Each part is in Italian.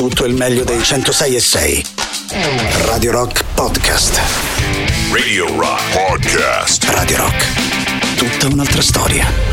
tutto il meglio dei 106.6. Radio Rock Podcast. Radio Rock Podcast. Radio Rock. Tutta un'altra storia.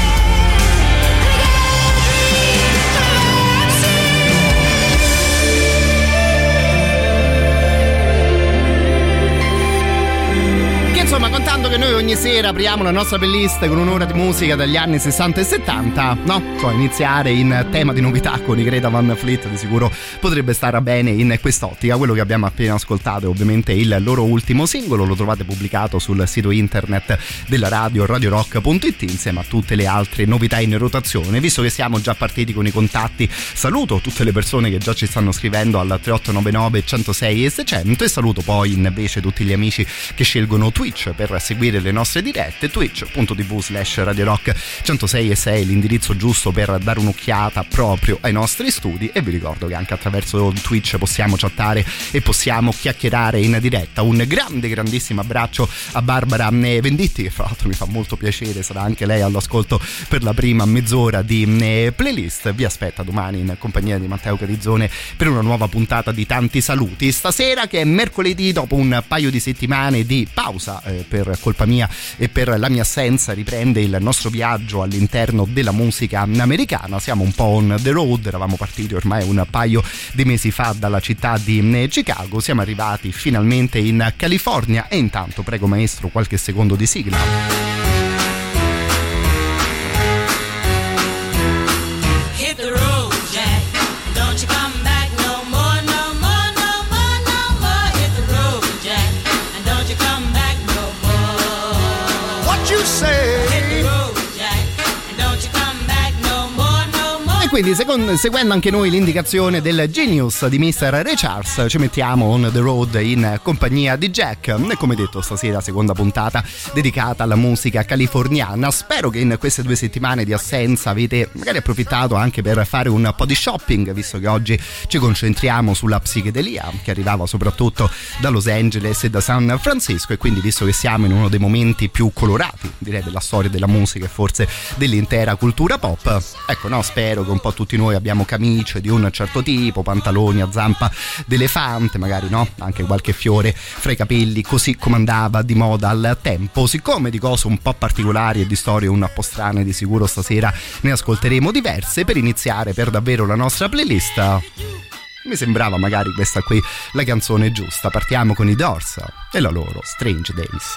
Insomma, contando che noi ogni sera apriamo la nostra playlist con un'ora di musica dagli anni 60 e 70, no? Cioè, iniziare in tema di novità con i Greta Van Fleet di sicuro potrebbe stare bene in quest'ottica. Quello che abbiamo appena ascoltato è ovviamente il loro ultimo singolo, lo trovate pubblicato sul sito internet della radio, radiorock.it, insieme a tutte le altre novità in rotazione. Visto che siamo già partiti con i contatti, saluto tutte le persone che già ci stanno scrivendo al 3899 106 e 600 e saluto poi invece tutti gli amici che scelgono Twitch per seguire le nostre dirette. Twitch.tv/Radio Rock 106 e 6 l'indirizzo giusto per dare un'occhiata proprio ai nostri studi, e vi ricordo che anche attraverso Twitch possiamo chattare e possiamo chiacchierare in diretta. Un grandissimo abbraccio a Barbara Venditti, che fra l'altro mi fa molto piacere, sarà anche lei all'ascolto per la prima mezz'ora di playlist. Vi aspetta domani in compagnia di Matteo Catizzone per una nuova puntata di Tanti Saluti. Stasera, che è mercoledì, dopo un paio di settimane di pausa per colpa mia e per la mia assenza, riprende il nostro viaggio all'interno della musica americana. Siamo un po' on the road, eravamo partiti ormai un paio di mesi fa dalla città di Chicago, siamo arrivati finalmente in California e intanto prego maestro qualche secondo di sigla. Quindi seguendo anche noi l'indicazione del Genius di Mr. Ray Charles, ci mettiamo on the road in compagnia di Jack. E come detto, stasera seconda puntata dedicata alla musica californiana. Spero che in queste 2 settimane di assenza avete magari approfittato anche per fare un po' di shopping, visto che oggi ci concentriamo sulla psichedelia, che arrivava soprattutto da Los Angeles e da San Francisco, e quindi visto che siamo in uno dei momenti più colorati, direi, della storia della musica e forse dell'intera cultura pop, ecco, no, spero che un po' tutti noi abbiamo camicie di un certo tipo, pantaloni a zampa d'elefante, magari, no, anche qualche fiore fra i capelli, così come andava di moda al tempo. Siccome di cose un po' particolari e di storie un po' strane di sicuro stasera ne ascolteremo diverse, per iniziare per davvero la nostra playlist mi sembrava magari questa qui la canzone giusta. Partiamo con i Doors e la loro Strange Days.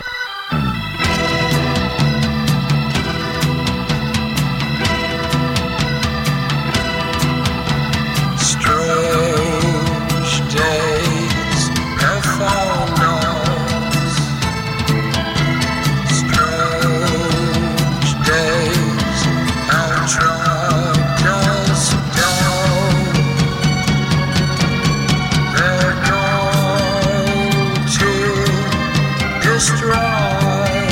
Destroy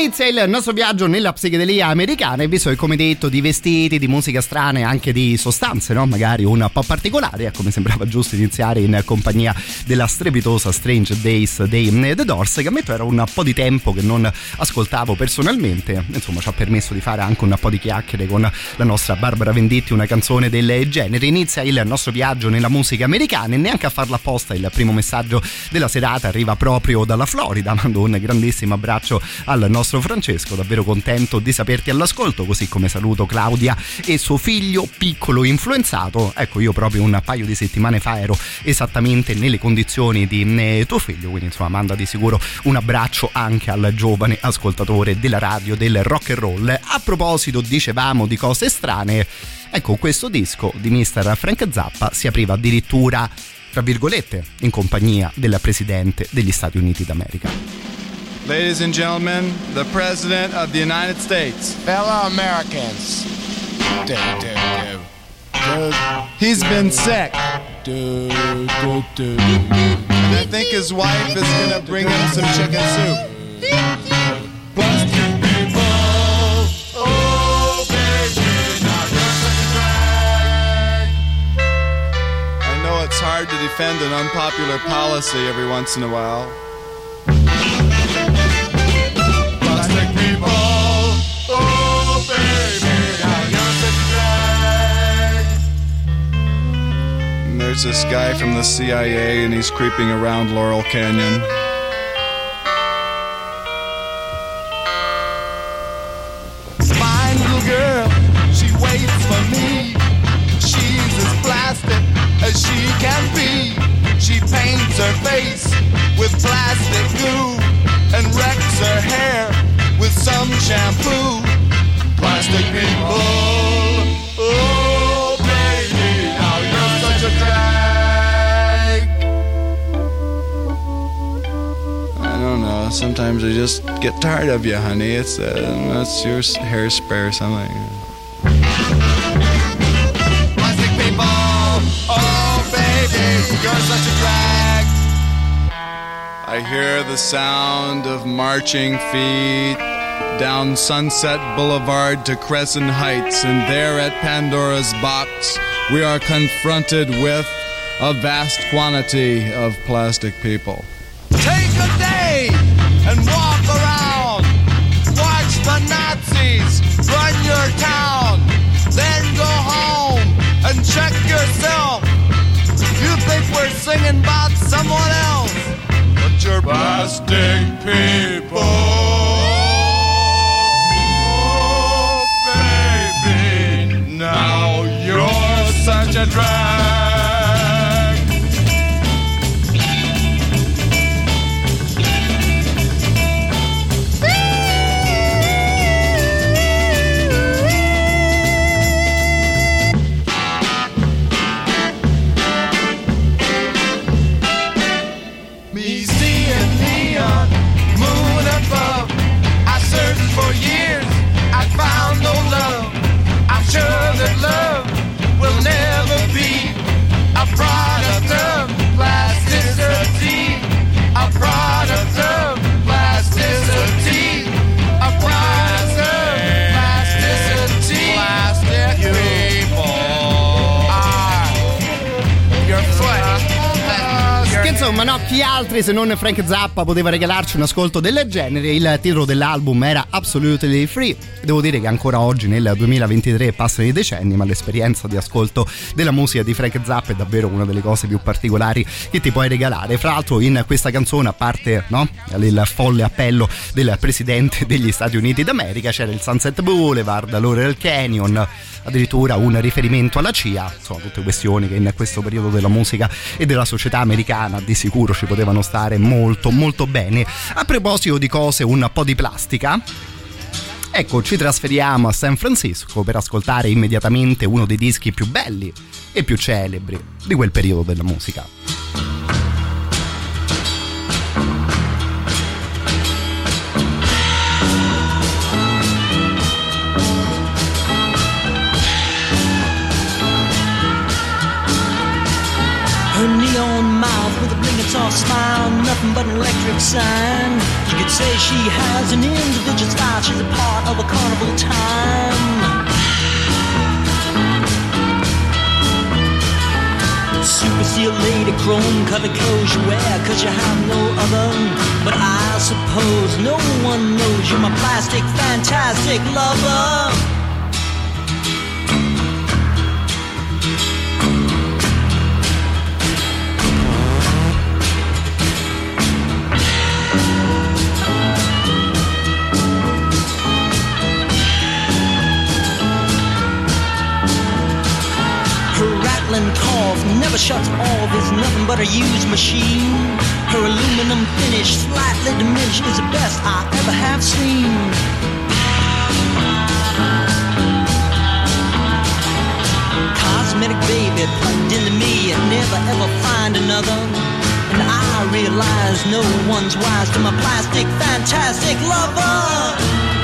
Inizia il nostro viaggio nella psichedelia americana e visto che, come detto, di vestiti, di musica strana e anche di sostanze, no? Magari un po' particolari, ecco, mi sembrava giusto iniziare in compagnia della strepitosa Strange Days dei The Doors, che ammetto era un po' di tempo che non ascoltavo personalmente, insomma ci ha permesso di fare anche un po' di chiacchiere con la nostra Barbara Venditti, una canzone del genere. Inizia il nostro viaggio nella musica americana e neanche a farla apposta il primo messaggio della serata arriva proprio dalla Florida. Mando un grandissimo abbraccio al nostro Francesco, davvero contento di saperti all'ascolto, così come saluto Claudia e suo figlio piccolo influenzato. Ecco, io proprio un paio di settimane fa ero esattamente nelle condizioni di tuo figlio, quindi insomma manda di sicuro un abbraccio anche al giovane ascoltatore della radio del rock and roll. A proposito, dicevamo di cose strane, ecco, questo disco di Mr. Frank Zappa si apriva addirittura, tra virgolette, in compagnia del presidente degli Stati Uniti d'America. Ladies and gentlemen, the President of the United States. Fellow Americans. He's been sick. And I think his wife is gonna bring him some chicken soup. Plastic people, oh baby, now you're such a drag. I know it's hard to defend an unpopular policy every once in a while. Plastic people, oh baby, now you're such a drag. And there's this guy from the CIA and he's creeping around Laurel Canyon. Fine little girl, she waits for me. She's as plastic as she can be. She paints her face with plastic glue and wrecks her hair with some shampoo. Plastic people, oh baby, now you're such a drag. I don't know, sometimes I just get tired of you, honey. It's your hairspray or something. Plastic people, oh baby, you're such a drag. I hear the sound of marching feet down Sunset Boulevard to Crescent Heights, and there at Pandora's Box we are confronted with a vast quantity of plastic people. Take a day and walk around, watch the Nazis run your town, then go home and check yourself. You think we're singing about someone else, but you're plastic people. Oh, baby, now you're such a drag. Me seeing neon, moon above. I searched for years, I found no love. I'm sure that love will never be a product of plasticity. A product of plasticity. A product of plasticity. Plastic people are your foot. Che insomma, no, chi altri se non Frank Zappa poteva regalarci un ascolto del genere? Il titolo dell'album era Absolutely Free. Devo dire che ancora oggi nel 2023 passano i decenni, ma l'esperienza di ascolto della musica di Frank Zappa è davvero una delle cose più particolari che ti puoi regalare. Fra l'altro in questa canzone, a parte, no, il folle appello del presidente degli Stati Uniti d'America, c'era il Sunset Boulevard, Laurel Canyon, addirittura un riferimento alla CIA, insomma tutte questioni che in questo periodo della musica e della società americana di sicuro ci potevano stare molto molto bene. A proposito di cose un po' di plastica, ecco, ci trasferiamo a San Francisco per ascoltare immediatamente uno dei dischi più belli e più celebri di quel periodo della musica. Her neon mouth with a blinking soft smile, nothing but an electric sign. You could say she has an individual style. She's a part of a carnival time. Super seal lady, chrome colored clothes you wear, cause you have no other. But I suppose no one knows you're my plastic, fantastic lover. Cough never shuts off, is nothing but a used machine. Her aluminum finish, slightly diminished, is the best I ever have seen. Cosmetic baby plugged into me and never ever find another. And I realize no one's wise to my plastic, fantastic lover.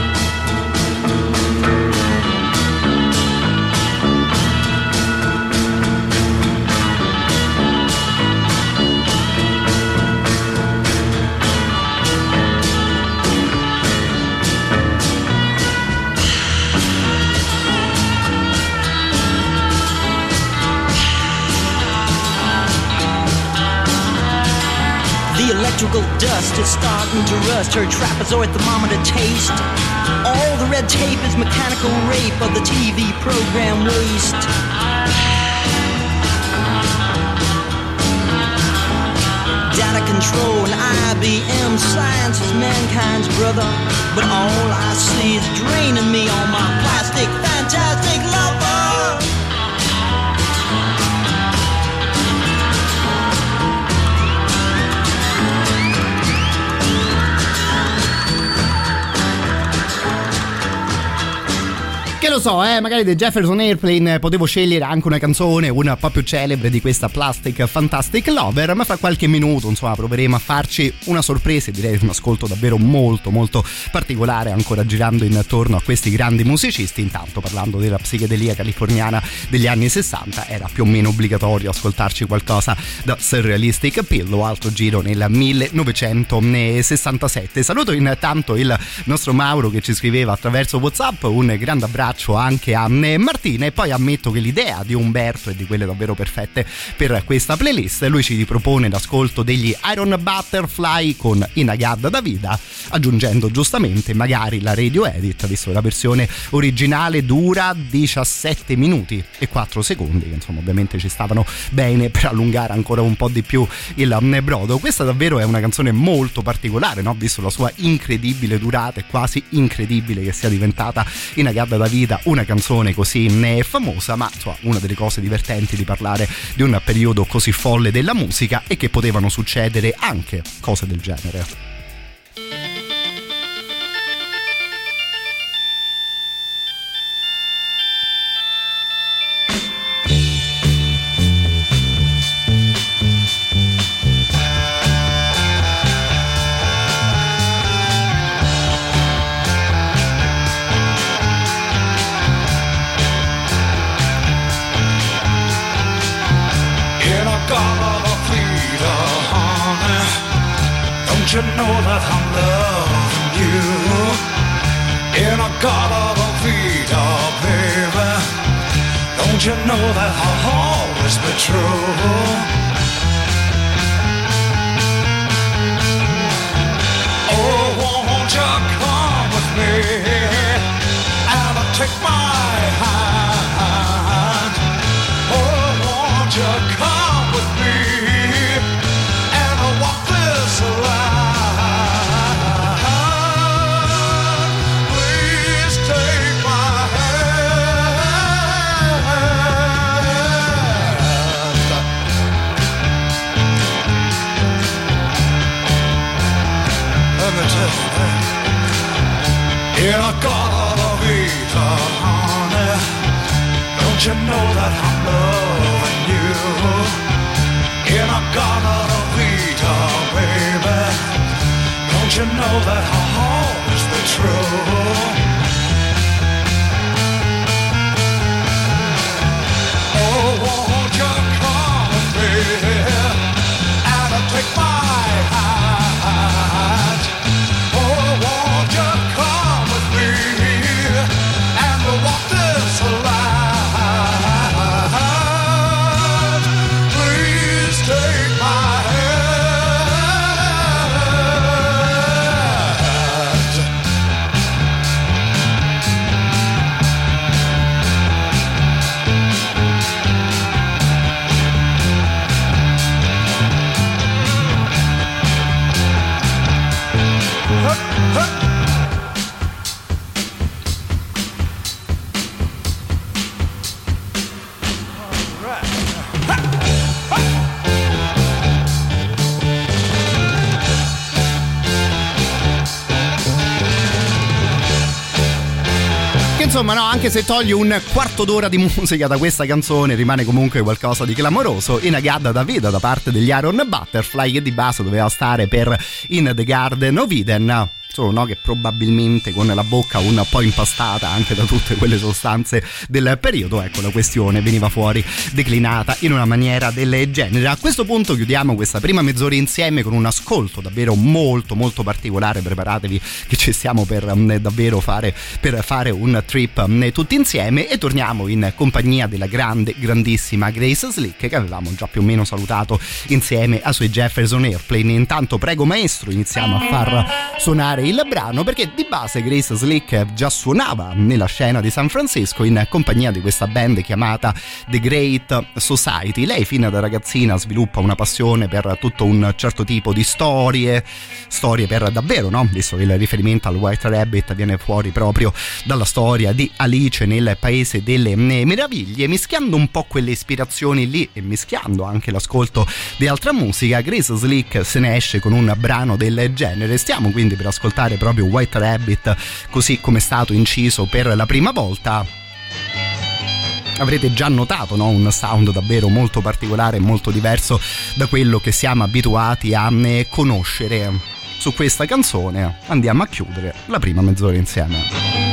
Electrical dust is starting to rust her trapezoid thermometer taste. All the red tape is mechanical rape of the TV program waste. Data control and IBM science is mankind's brother. But all I see is draining me on my plastic, fantastic lover. Che lo so, magari dei Jefferson Airplane potevo scegliere anche una canzone un po' più celebre di questa Plastic Fantastic Lover, ma fra qualche minuto insomma proveremo a farci una sorpresa e direi un ascolto davvero molto molto particolare, ancora girando intorno a questi grandi musicisti. Intanto, parlando della psichedelia californiana degli anni 60, era più o meno obbligatorio ascoltarci qualcosa da Surrealistic Pillow, altro giro nel 1967. Saluto intanto il nostro Mauro che ci scriveva attraverso WhatsApp, un grande abbraccio anche a Martina, e poi ammetto che l'idea di Umberto è di quelle davvero perfette per questa playlist. Lui ci ripropone l'ascolto degli Iron Butterfly con Inagad Davida, aggiungendo giustamente magari la radio edit, visto che la versione originale dura 17 minuti e 4 secondi, che insomma ovviamente ci stavano bene per allungare ancora un po' di più il brodo. Questa davvero è una canzone molto particolare, no? Visto la sua incredibile durata, è quasi incredibile che sia diventata Inagad Davida una canzone così famosa, ma insomma una delle cose divertenti di parlare di un periodo così folle della musica è che potevano succedere anche cose del genere. You know that I'm loving you in a Gallo Vita, baby. Don't you know that I'll always be true? Oh, won't you come with me and take my hand? Oh, won't you come with me and walk this line? In a Gallo Vita, honey, don't you know that I'm loving you? In a Gallo Vita, baby, don't you know that I'll always be true? Oh, won't you come with me and take my hand? insomma, no, anche se togli un quarto d'ora di musica da questa canzone, rimane comunque qualcosa di clamoroso. In Agada da Vida da parte degli Iron Butterfly, che di base doveva stare per In the Garden of Eden. Solo no, che probabilmente con la bocca un po' impastata anche da tutte quelle sostanze del periodo, ecco, la questione veniva fuori declinata in una maniera del genere. A questo punto chiudiamo questa prima mezz'ora insieme con un ascolto davvero molto molto particolare. Preparatevi che ci stiamo per davvero fare un trip tutti insieme, e torniamo in compagnia della grandissima Grace Slick, che avevamo già più o meno salutato insieme a sui Jefferson Airplane. Intanto prego maestro, iniziamo a far suonare il brano, perché di base Grace Slick già suonava nella scena di San Francisco in compagnia di questa band chiamata The Great Society. Lei fin da ragazzina sviluppa una passione per tutto un certo tipo di storie per davvero, no? Visto che il riferimento al White Rabbit viene fuori proprio dalla storia di Alice nel Paese delle Meraviglie, mischiando un po' quelle ispirazioni lì e mischiando anche l'ascolto di altra musica. Grace Slick se ne esce con un brano del genere. Stiamo quindi per ascoltare proprio White Rabbit così come è stato inciso per la prima volta. Avrete già notato, no? Un sound davvero molto particolare e molto diverso da quello che siamo abituati a conoscere. Su questa canzone andiamo a chiudere la prima mezz'ora insieme.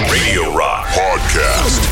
Radio Rock Podcast.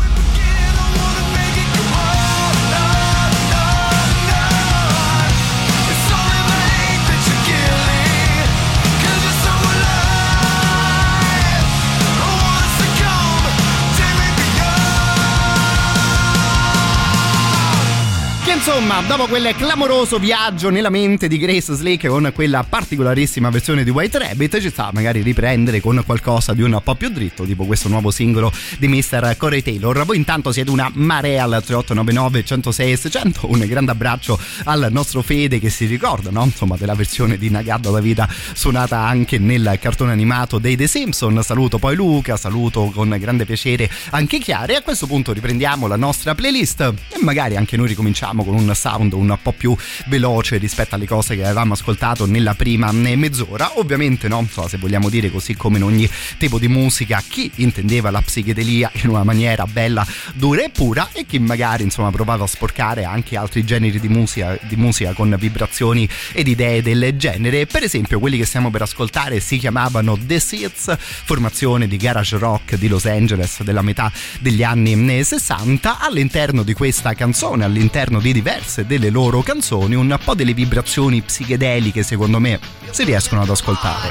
Insomma, dopo quel clamoroso viaggio nella mente di Grace Slick con quella particolarissima versione di White Rabbit, ci sta magari riprendere con qualcosa di un po' più dritto, tipo questo nuovo singolo di Mr. Corey Taylor. Voi intanto siete una marea al 3899 106 600. Un grande abbraccio al nostro Fede che si ricorda, no? Insomma, della versione di Nagada da Vita suonata anche nel cartone animato dei The Simpson. Saluto poi Luca, saluto con grande piacere anche Chiara, e a questo punto riprendiamo la nostra playlist e magari anche noi ricominciamo con un sound un po' più veloce rispetto alle cose che avevamo ascoltato nella prima mezz'ora. Ovviamente, no, se vogliamo dire, così come in ogni tipo di musica, chi intendeva la psichedelia in una maniera bella, dura e pura, e chi magari insomma provava a sporcare anche altri generi di musica con vibrazioni ed idee del genere. Per esempio, quelli che stiamo per ascoltare si chiamavano The Seeds, formazione di garage rock di Los Angeles della metà degli anni 60. All'interno di questa canzone, all'interno di diverse delle loro canzoni, un po' delle vibrazioni psichedeliche secondo me si riescono ad ascoltare.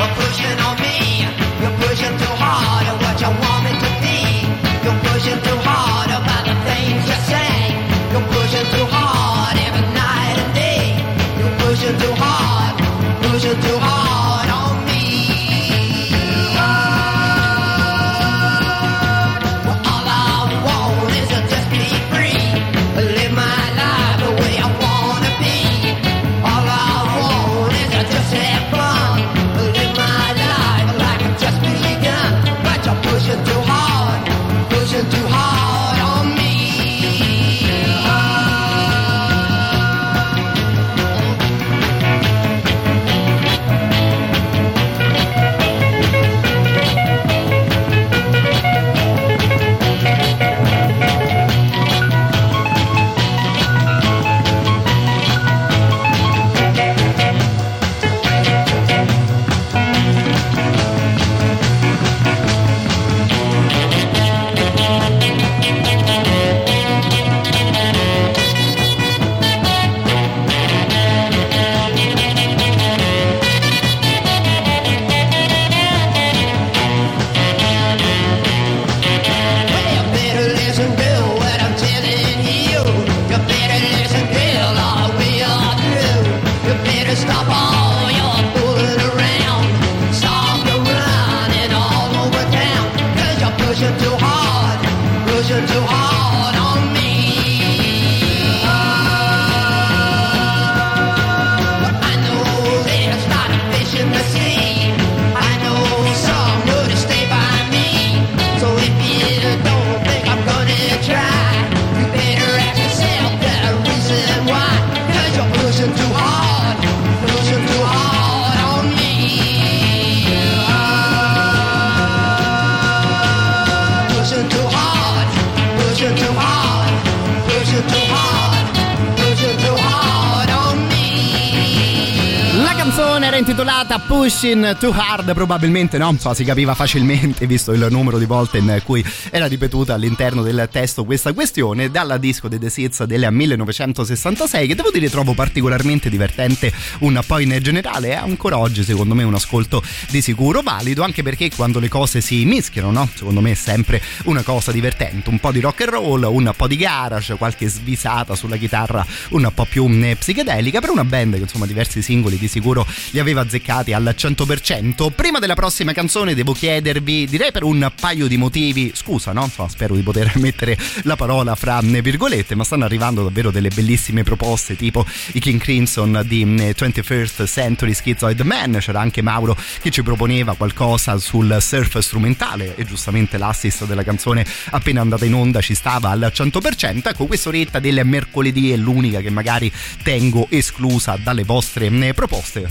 Intitolata Pushing Too Hard, probabilmente no, si capiva facilmente visto il numero di volte in cui era ripetuta all'interno del testo questa questione, dalla disco dei The Seeds del 1966, che devo dire trovo particolarmente divertente un po' in generale, è ancora oggi secondo me un ascolto di sicuro valido, anche perché quando le cose si mischiano, no, secondo me è sempre una cosa divertente, un po' di rock and roll, un po' di garage, qualche svisata sulla chitarra un po' più psichedelica, per una band che insomma diversi singoli di sicuro li aveva azzeccati al 100%. Prima della prossima canzone devo chiedervi, direi per un paio di motivi, scusa, no? Spero di poter mettere la parola fra virgolette, ma stanno arrivando davvero delle bellissime proposte, tipo i King Crimson di 21st Century Schizoid Man. C'era anche Mauro che ci proponeva qualcosa sul surf strumentale e giustamente l'assist della canzone appena andata in onda ci stava al 100%. Ecco, quest'oretta del mercoledì è l'unica che magari tengo esclusa dalle vostre proposte, insomma,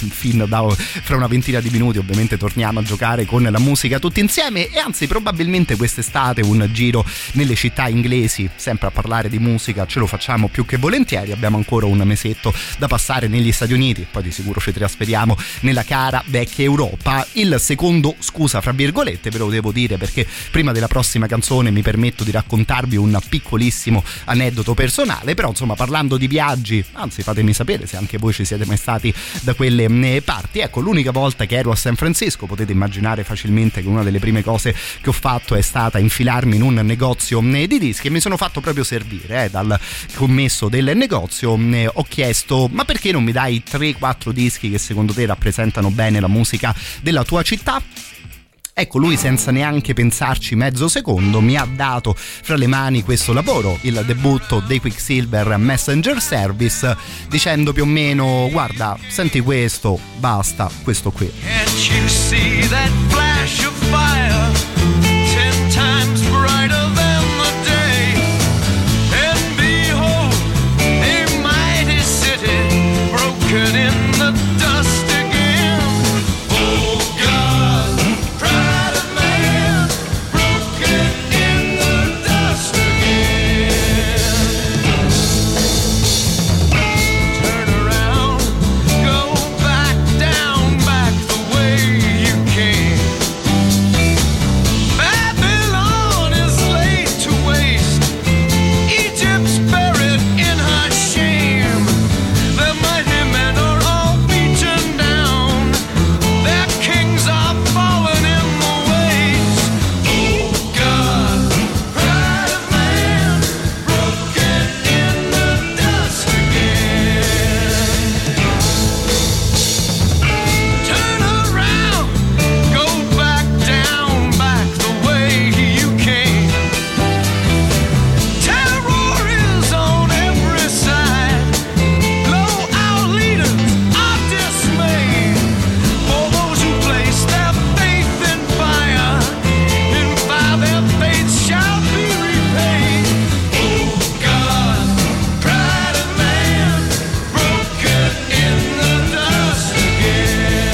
fra una ventina di minuti ovviamente torniamo a giocare con la musica tutti insieme, e anzi probabilmente quest'estate un giro nelle città inglesi sempre a parlare di musica ce lo facciamo più che volentieri. Abbiamo ancora un mesetto da passare negli Stati Uniti, poi di sicuro ci trasferiamo nella cara vecchia Europa. Il secondo scusa fra virgolette ve lo devo dire perché prima della prossima canzone mi permetto di raccontarvi un piccolissimo aneddoto personale, però insomma parlando di viaggi, anzi fatemi sapere se anche voi ci siete mai stati da quelle parti. Ecco, l'unica volta che ero a San Francisco potete immaginare facilmente che una delle prime cose che ho fatto è stata infilarmi in un negozio di dischi e mi sono fatto proprio servire dal commesso del negozio. Ho chiesto: ma perché non mi dai 3-4 dischi che secondo te rappresentano bene la musica della tua città? Ecco, lui senza neanche pensarci mezzo secondo mi ha dato fra le mani questo lavoro, il debutto dei Quicksilver Messenger Service, dicendo più o meno: guarda, senti questo, basta, questo qui. Can't you see that flash of fire 10 times brighter than the day? And behold, a mighty city broken in the dust again. Oh God, pride of man, broken in the dust again. Turn around, go back down, back the way you came. Babylon is laid to waste, Egypt's buried in her shame. The mighty men are all beaten down, their kings are fallen in the waves. Oh God, pride of man, broken in the dust again. Turn around, go back down, back the way you came. Terror is on every side, blow our leaders are dismayed. For those who place their faith in fire their faith shall be repaid. Oh God, pride of man, broken in the dust again.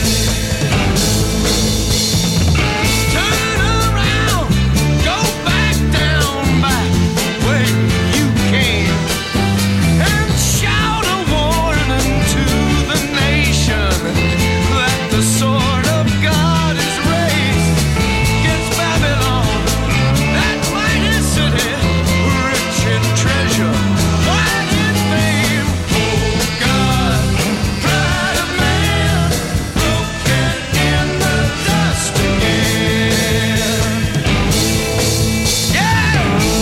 Turn around, go back down, back the way you came, and shout a warning to the nation that the sword of God is raised against Babylon, that mighty city, rich in treasure, wide in fame. Oh God, pride of man, broken in the dust again. Yeah.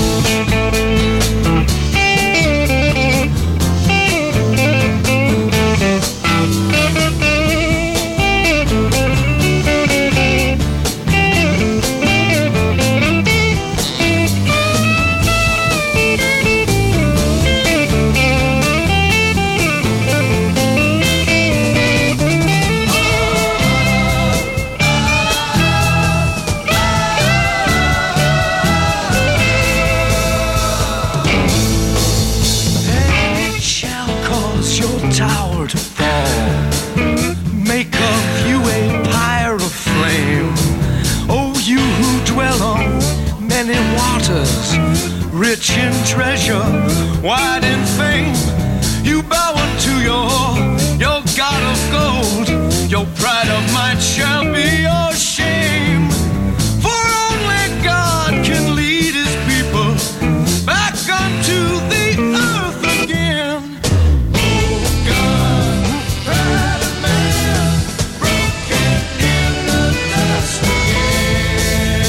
And it shall cause your tower to fall, make of you a pyre of flame. Oh, you who dwell on many waters, rich in treasure, wide in fame, you bow unto your God of gold. Your pride of might shall be your shame. For only God can lead his people back unto the earth again. Oh God, pride of man, broken in the dust again.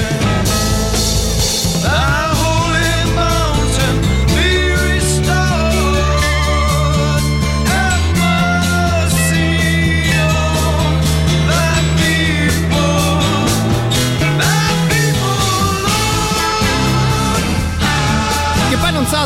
Thy holy mountain be restored, have mercy on thy people.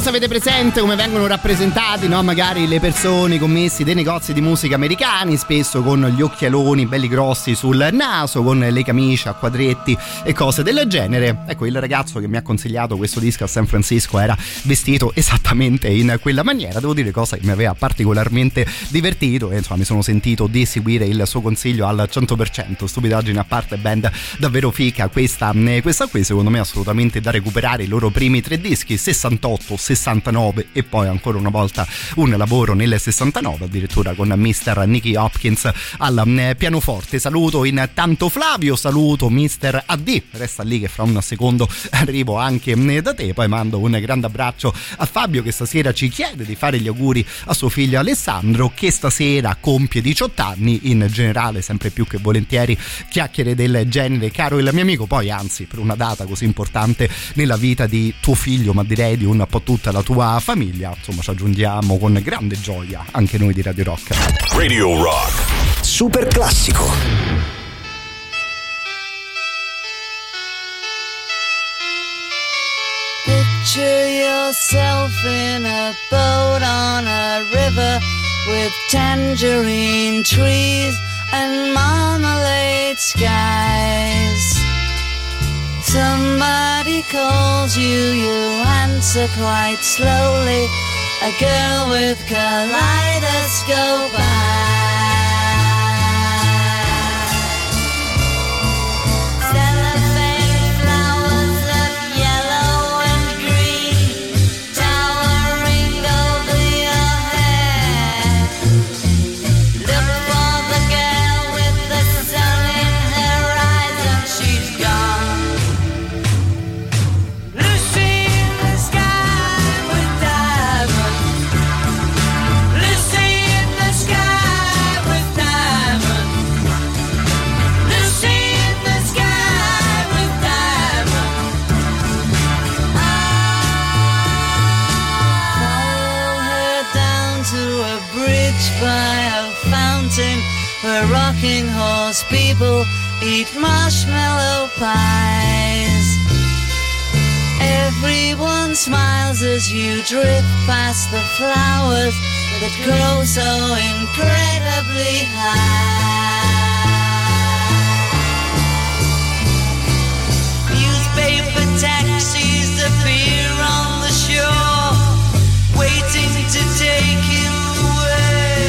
so se avete presente come vengono rappresentati, no? Magari le persone, i commessi dei negozi di musica americani, spesso con gli occhialoni belli grossi sul naso, con le camicie a quadretti e cose del genere. Ecco, il ragazzo che mi ha consigliato questo disco a San Francisco era vestito esattamente in quella maniera. Devo dire, cosa che mi aveva particolarmente divertito, e insomma mi sono sentito di seguire il suo consiglio al 100%. Stupidaggine a parte, band davvero fica questa qui, secondo me assolutamente da recuperare. I loro primi 3 dischi, 68, 69 e poi ancora una volta un lavoro nel 69, addirittura con Mr. Nicky Hopkins al pianoforte. Saluto intanto Flavio, saluto Mr. AD, resta lì che fra un secondo arrivo anche da te. Poi mando un grande abbraccio a Fabio, che stasera ci chiede di fare gli auguri a suo figlio Alessandro, che stasera compie 18 anni. In generale sempre più che volentieri chiacchiere del genere, caro il mio amico. Poi anzi, per una data così importante nella vita di tuo figlio, ma direi di un po' tutta la tua famiglia, insomma ci aggiungiamo con grande gioia anche noi di Radio Rock. Radio Rock. Super classico. Picture yourself in a boat on a river with tangerine trees and marmalade skies. Somebody calls you, you answer quite slowly. A girl with kaleidoscope eyes. By a fountain where rocking horse people eat marshmallow pies. Everyone smiles as you drift past the flowers that grow so incredibly high. Newspaper taxis appear on the shore, waiting to take you away.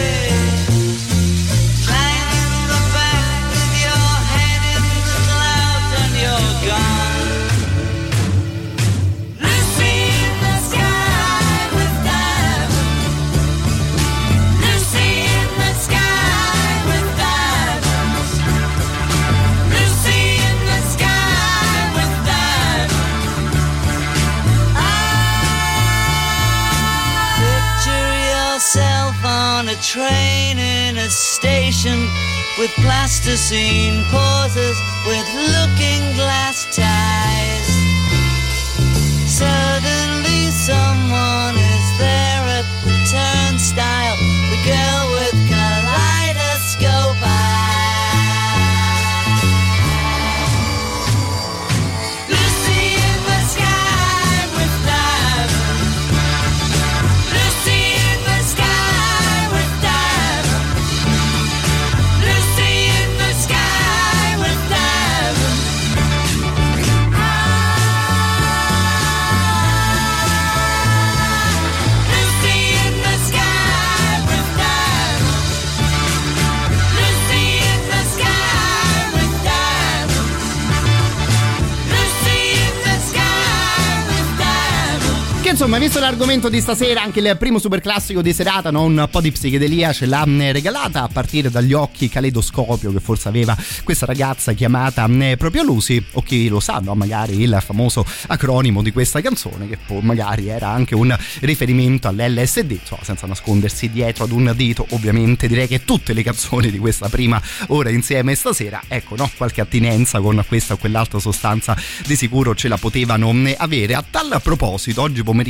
On a train in a station with plasticine pauses with looking glass ties. Suddenly someone is there at the turnstile, the girl with kaleidoscope eyes. Lucy in the sky with diamonds. Lucy in the sky. Insomma, visto l'argomento di stasera, anche il primo super classico di serata, no? Un po' di psichedelia ce l'ha regalata, a partire dagli occhi caleidoscopio che forse aveva questa ragazza chiamata proprio Lucy, o chi lo sa, no? Magari il famoso acronimo di questa canzone, che poi magari era anche un riferimento all'LSD, insomma, senza nascondersi dietro ad un dito. Ovviamente direi che tutte le canzoni di questa prima ora insieme stasera, ecco, no? Qualche attinenza con questa o quell'altra sostanza di sicuro ce la potevano avere. A tal proposito, oggi pomeriggio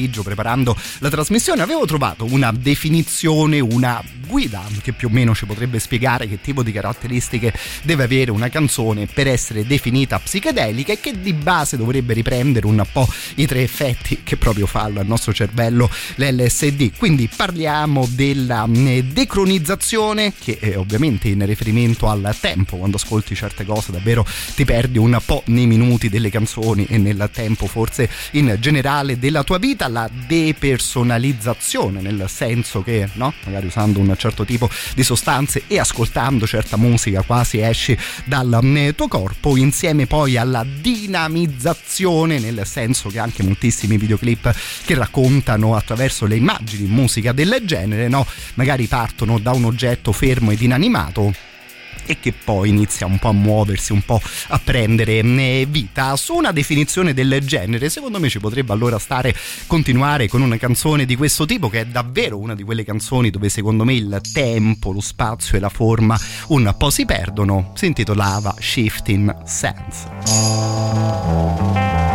pomeriggio preparando la trasmissione avevo trovato una definizione, una guida che più o meno ci potrebbe spiegare che tipo di caratteristiche deve avere una canzone per essere definita psichedelica e che di base dovrebbe riprendere un po' i 3 effetti che proprio fa al nostro cervello l'LSD. Quindi parliamo della decronizzazione, che è ovviamente in riferimento al tempo. Quando ascolti certe cose davvero ti perdi un po' nei minuti delle canzoni e nel tempo forse in generale della tua vita. La depersonalizzazione, nel senso che, no, magari usando un certo tipo di sostanze e ascoltando certa musica quasi esci dal tuo corpo, insieme poi alla dinamizzazione, nel senso che anche moltissimi videoclip che raccontano attraverso le immagini musica del genere, no, magari partono da un oggetto fermo ed inanimato e che poi inizia un po' a muoversi, un po' a prendere vita. Su una definizione del genere secondo me ci potrebbe allora stare continuare con una canzone di questo tipo, che è davvero una di quelle canzoni dove secondo me il tempo, lo spazio e la forma un po' si perdono. Si intitolava Shifting Sands.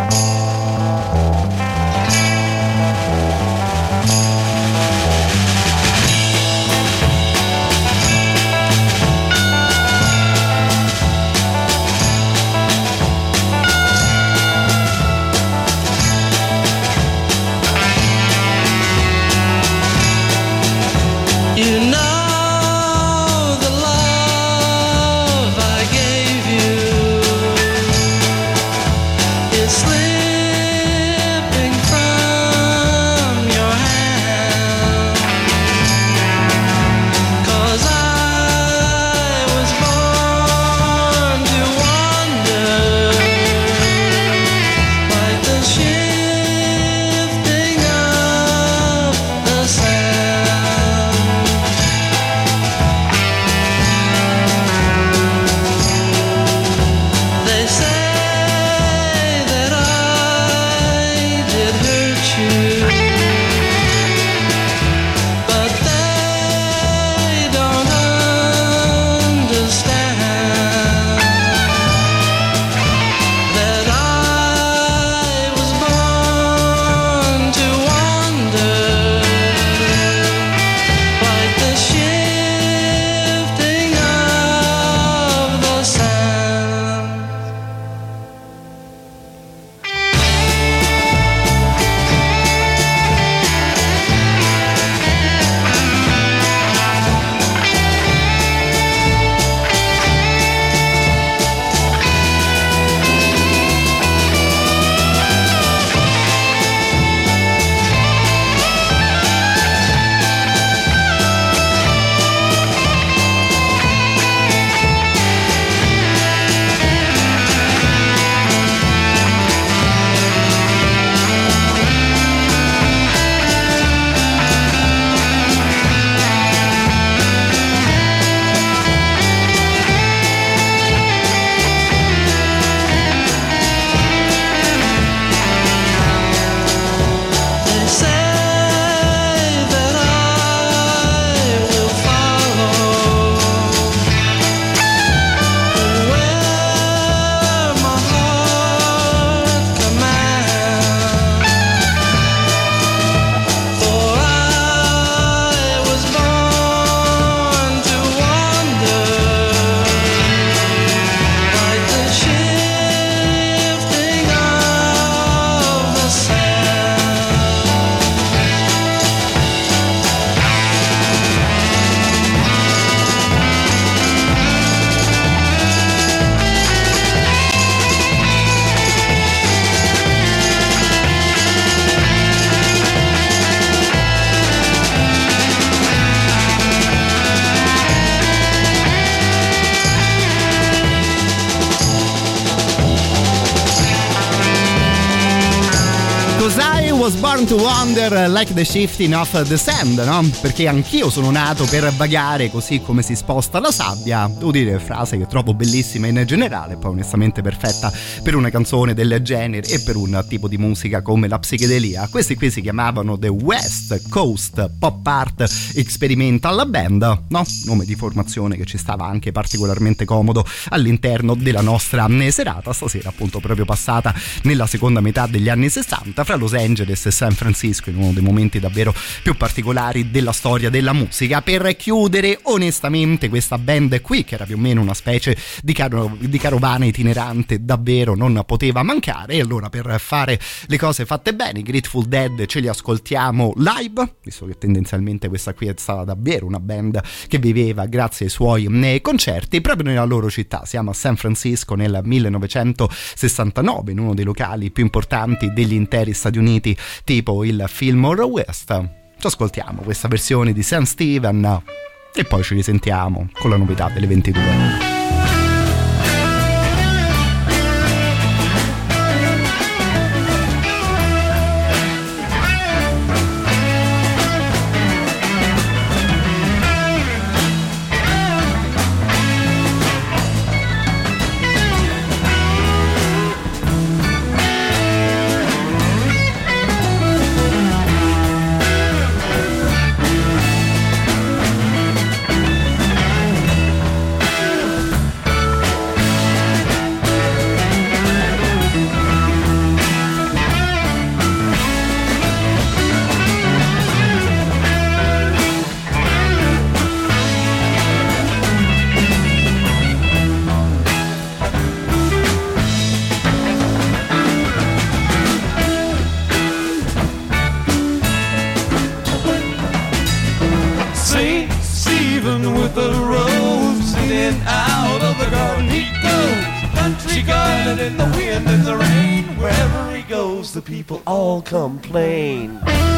You know the love I gave you is slipping from your hand, 'cause I was born to wander like the shifting of the sand. They say that I did hurt you, but they don't understand that I was born to wander like the shifting of the sand. They say that I will follow where my heart commands, for I was born to wander like the shifting of the sand. I was born to wander like the shifting of the sand, no? Perché anch'io sono nato per vagare così come si sposta la sabbia. Devo dire, frase che trovo bellissima in generale, poi onestamente perfetta per una canzone del genere e per un tipo di musica come la psichedelia. Questi qui si chiamavano The West Coast Pop Art Experimental Band, no? Nome di formazione che ci stava anche particolarmente comodo all'interno della nostra serata stasera, appunto proprio passata nella seconda metà degli anni 60 fra Los Angeles Angeles e San Francisco in uno dei momenti davvero più particolari della storia della musica. Per chiudere, onestamente, questa band qui, che era più o meno una specie di carovana itinerante, davvero non poteva mancare. E allora, per fare le cose fatte bene, i Grateful Dead ce li ascoltiamo live, visto che tendenzialmente questa qui è stata davvero una band che viveva grazie ai suoi concerti proprio nella loro città. Siamo a San Francisco nel 1969, in uno dei locali più importanti degli interi Stati Uniti, tipo il Fillmore West. Ci ascoltiamo questa versione di Sam Steven e poi ci risentiamo con la novità delle 22. Complain.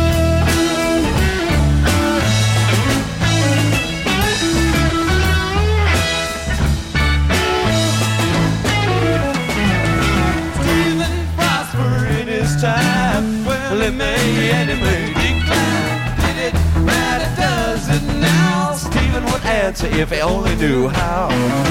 Stephen prospered in his time. Well, it may and it may decline. Did it matter? Does it now? Stephen would answer if he only knew how.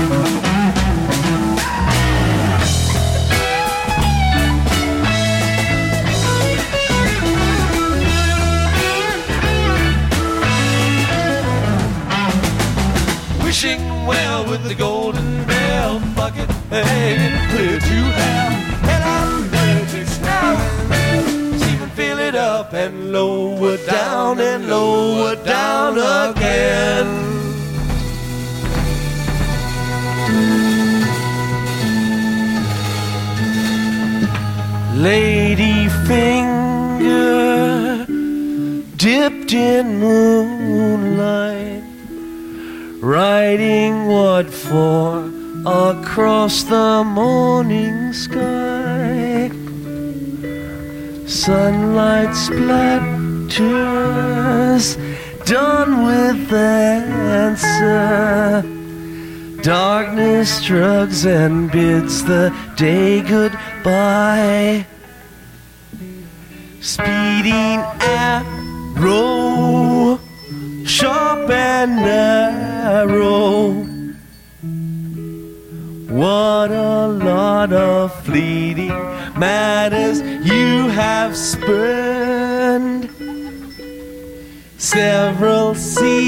Wishing well with the golden bell bucket hanging clear to hell. And I'm ready to snow. Stephen fill it up and lower down and lower down again. Lady finger dipped in moonlight, writing what for across the morning sky. Sunlight splatters, done with the answer. Darkness drugs and bids the day goodbye. Speeding arrow, sharp and narrow. What a lot of fleeting matters you have spurned. Several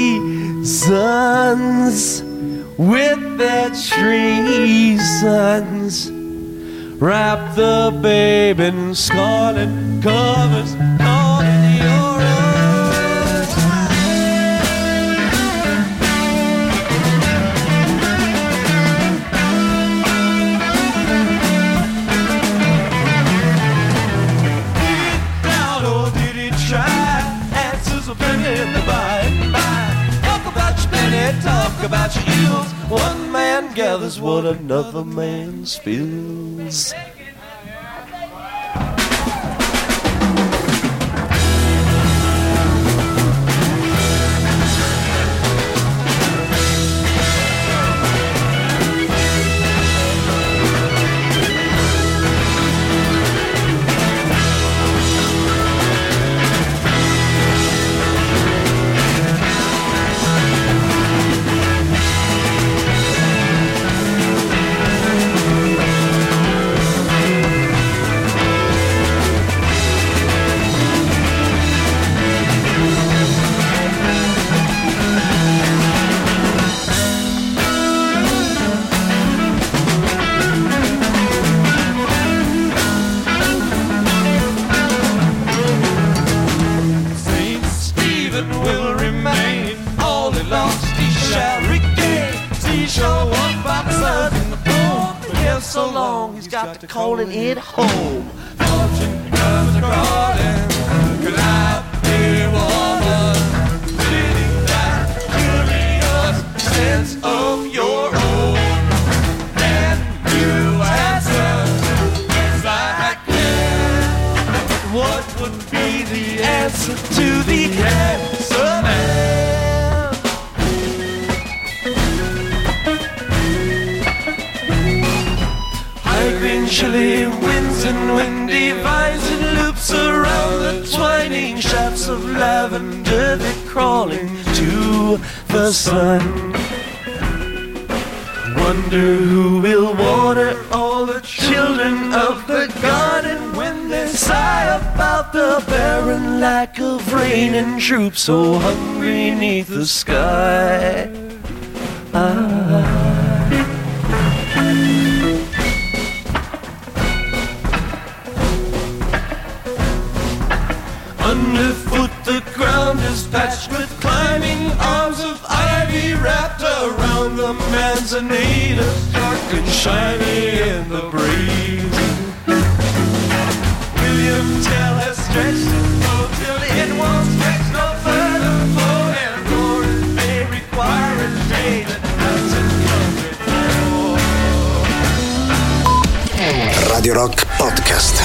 seasons with their treasons. Wrap the babe in scarlet covers, all in your arms. Doubt or did he try? Answers are plenty in the by and by. Talk about your plenty, talk about your ills. One man gathers what another man spills. so long he's got to calling it home. Fortune comes a-crawling, could I be a woman? Feeling that curious sense of your own. And you answer, yes I can. What would be the answer to the answer man? Chilly winds and windy vines and loops around the twining shafts of lavender that crawling to the sun. Wonder who will water all the children of the garden when they sigh about the barren lack of rain and troops so hungry 'neath the sky. Underfoot the ground is patched with climbing arms of ivy wrapped around the manzanita, dark and shiny in the breeze. William Tell has stretched his boat till it won't stretch no further, for and Lord may require a day that hasn't come before. Radio Rock Podcast.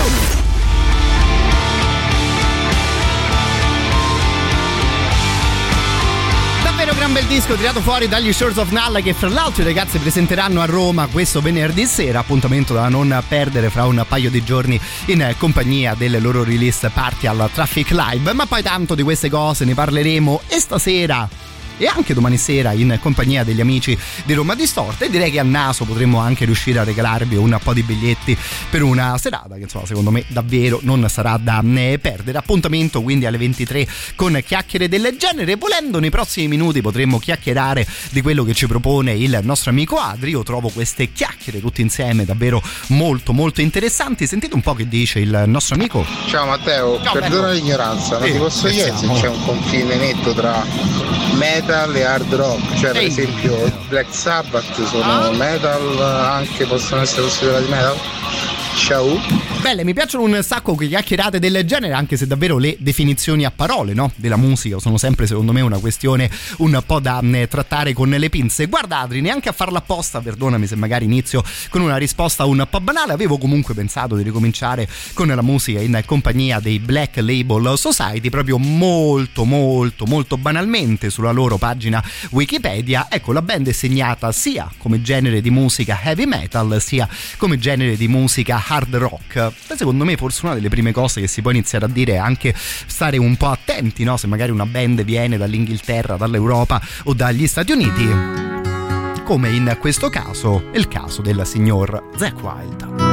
Gran bel disco tirato fuori dagli Shores of Null, che fra l'altro i ragazzi presenteranno a Roma questo venerdì sera, appuntamento da non perdere fra un paio di giorni in compagnia delle loro release party al Traffic Live. Ma poi tanto di queste cose ne parleremo e stasera e anche domani sera in compagnia degli amici di Roma Distorta, e direi che a naso potremmo anche riuscire a regalarvi un po' di biglietti per una serata che insomma secondo me davvero non sarà da perdere. Appuntamento quindi alle 23 con chiacchiere del genere. Volendo nei prossimi minuti potremmo chiacchierare di quello che ci propone il nostro amico Adri. Io trovo queste chiacchiere tutte insieme davvero molto molto interessanti. Sentite un po' che dice il nostro amico. Ciao Matteo, perdona l'ignoranza, ma ti posso chiedere se c'è un confine netto tra metal e hard rock, cioè per esempio Black Sabbath sono metal, anche possono essere considerati metal? Ciao. Belle, mi piacciono un sacco quelle chiacchierate del genere, anche se davvero le definizioni a parole, no, della musica sono sempre secondo me una questione un po' da trattare con le pinze. Guarda Adri, neanche a farla apposta, perdonami se magari inizio con una risposta un po' banale, avevo comunque pensato di ricominciare con la musica in compagnia dei Black Label Society, proprio molto molto molto banalmente sulla loro pagina Wikipedia. Ecco, la band è segnata sia come genere di musica heavy metal sia come genere di musica hard rock. Secondo me forse una delle prime cose che si può iniziare a dire è anche stare un po' attenti, no? Se magari una band viene dall'Inghilterra, dall'Europa o dagli Stati Uniti, come in questo caso è il caso del signor Zakk Wylde.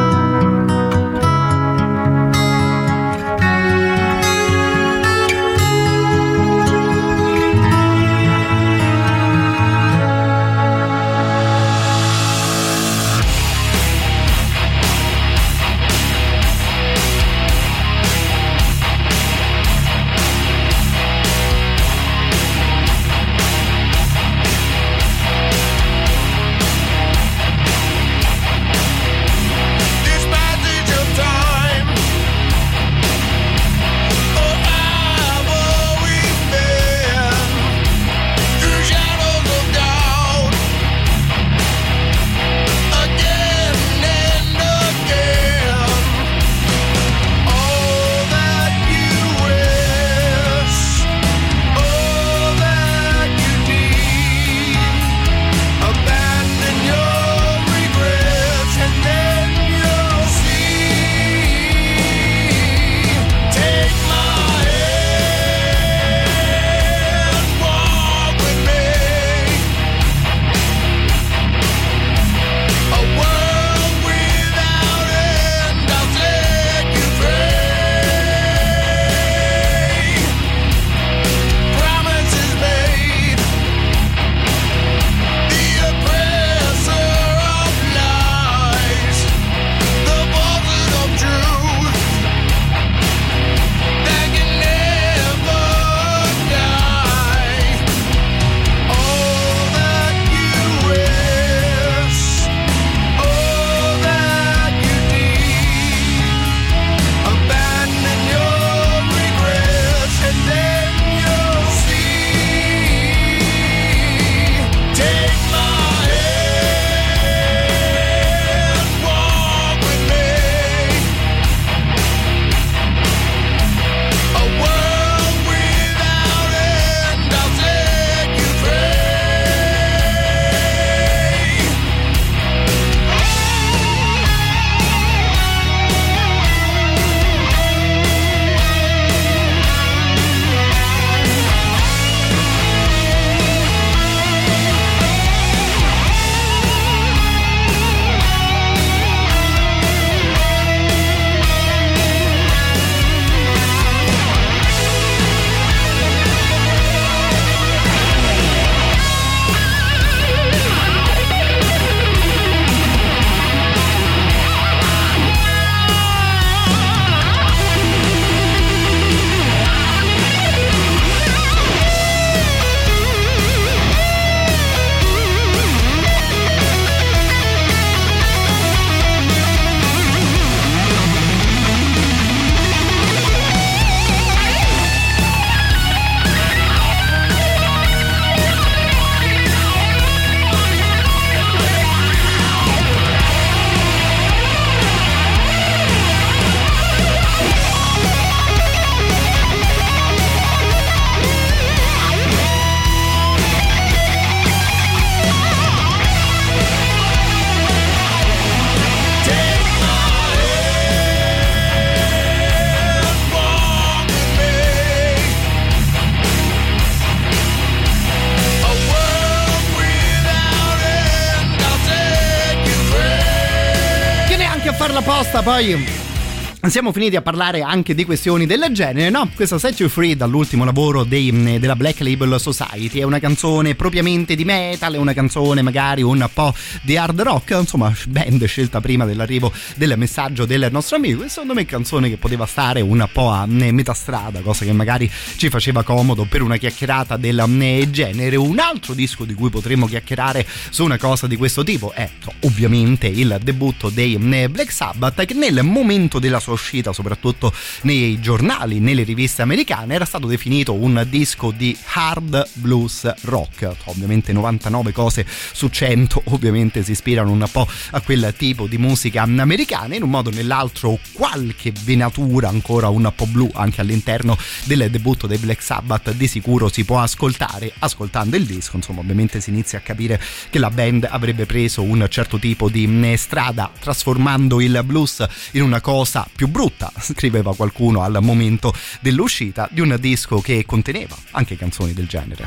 farla apposta poi siamo finiti a parlare anche di questioni del genere, no? Questa Set You Free, dall'ultimo lavoro della Black Label Society, è una canzone propriamente di metal, è una canzone magari un po' di hard rock, insomma band scelta prima dell'arrivo del messaggio del nostro amico, e secondo me canzone che poteva stare un po' a metà strada, cosa che magari ci faceva comodo per una chiacchierata del genere. Un altro disco di cui potremmo chiacchierare su una cosa di questo tipo è ovviamente il debutto dei Black Sabbath, che nel momento della sua uscita, soprattutto nei giornali, nelle riviste americane, era stato definito un disco di hard blues rock. Ovviamente 99 cose su 100 ovviamente si ispirano un po' a quel tipo di musica americana, in un modo o nell'altro qualche venatura ancora un po' blu anche all'interno del debutto dei Black Sabbath di sicuro si può ascoltare ascoltando il disco. Insomma, ovviamente si inizia a capire che la band avrebbe preso un certo tipo di strada, trasformando il blues in una cosa più brutta, scriveva qualcuno al momento dell'uscita di un disco che conteneva anche canzoni del genere.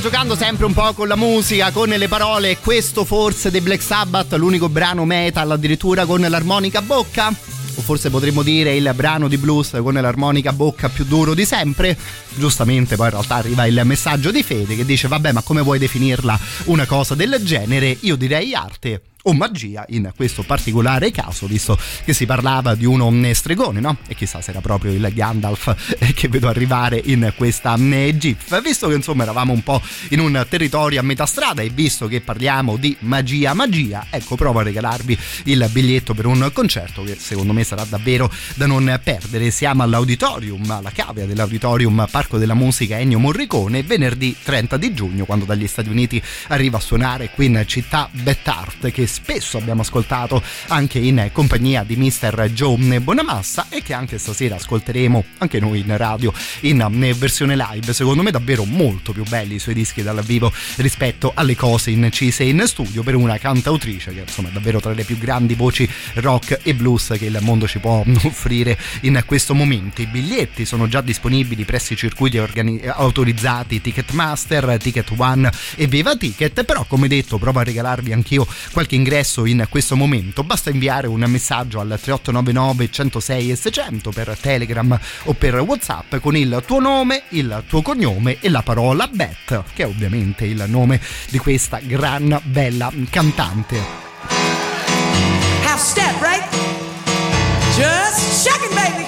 giocando sempre un po' con la musica, con le parole. Questo forse dei Black Sabbath, l'unico brano metal addirittura con l'armonica a bocca? O forse potremmo dire il brano di blues con l'armonica a bocca più duro di sempre? Giustamente poi in realtà arriva il messaggio di Fede che dice: vabbè, ma come vuoi definirla una cosa del genere? Io direi arte o magia in questo particolare caso, visto che si parlava di uno stregone, no? E chissà se era proprio il Gandalf che vedo arrivare in questa GIF. Visto che insomma eravamo un po' in un territorio a metà strada e visto che parliamo di magia, ecco, provo a regalarvi il biglietto per un concerto che secondo me sarà davvero da non perdere. Siamo all'Auditorium, alla cavea dell'Auditorium Parco della Musica Ennio Morricone, venerdì 30 di giugno, quando dagli Stati Uniti arriva a suonare qui in città Beth Hart, che spesso abbiamo ascoltato anche in compagnia di Mr. Joe Bonamassa e che anche stasera ascolteremo anche noi in radio in versione live. Secondo me davvero molto più belli i suoi dischi dal vivo rispetto alle cose incise in studio, per una cantautrice che insomma è davvero tra le più grandi voci rock e blues che il mondo ci può offrire in questo momento. I biglietti sono già disponibili presso i circuiti autorizzati Ticketmaster, Ticket One e Viva Ticket, però come detto provo a regalarvi anch'io qualche ingresso in questo momento. Basta inviare un messaggio al 3899 106 e 600 per Telegram o per WhatsApp con il tuo nome, il tuo cognome e la parola Beth, che è ovviamente il nome di questa gran bella cantante. Half step, right? Just shake it, baby.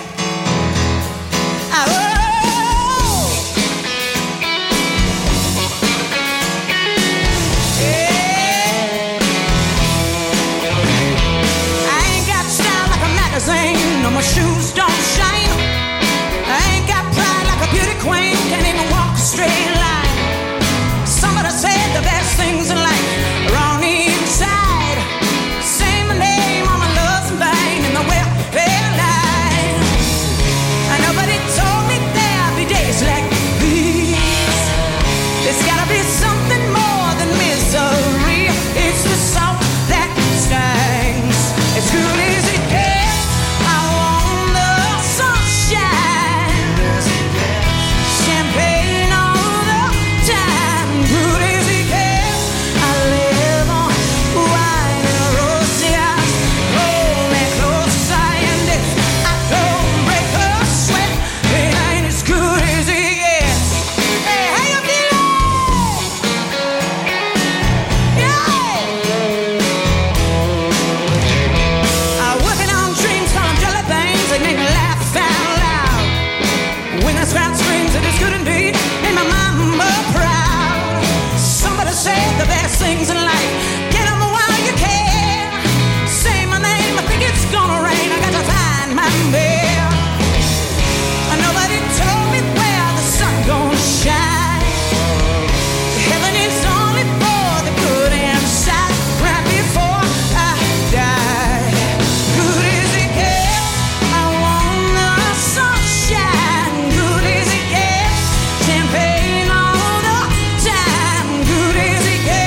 No, my shoes don't shine. I ain't got pride like a beauty queen. Can't even walk a straight line. Somebody said the best things in life are on the inside. Say my name on my love's in vain in the welfare line. And nobody told me there'd be days like these. There's gotta be something more than misery. It's the salt that stings. As good as it gets. Things in life, get them while you can. Say my name, I think it's gonna rain. I got to find my bear. Nobody told me where the sun gonna shine. Heaven is only for the good inside. Right before I die, good as it gets. I want the sunshine. Good as it gets. Champagne all the time. Good as it gets.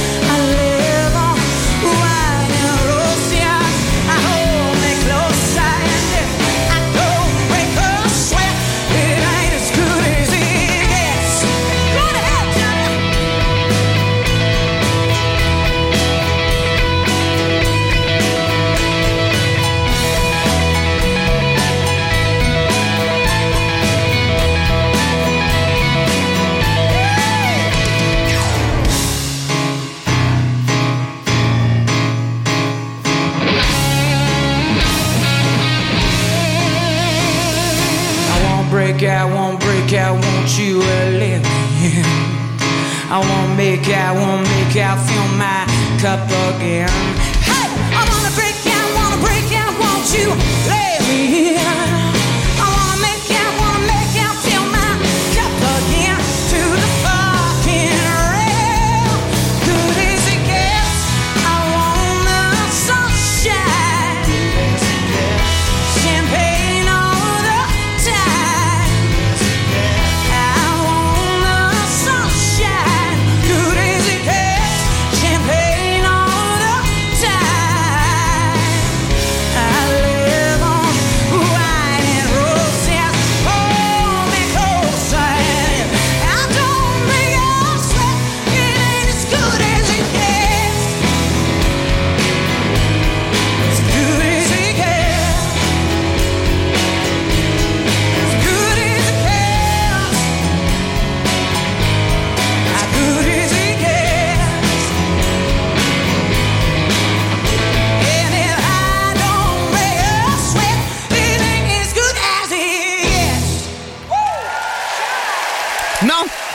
I won't break out, won't you let me in? I won't make out, fill my cup again. Hey, I wanna break out, won't you let me in? I wanna make out, fill my cup again. To the fucking rail, good as it gets. I want the sunshine, champagne all the time. Good as it gets, champagne all the time.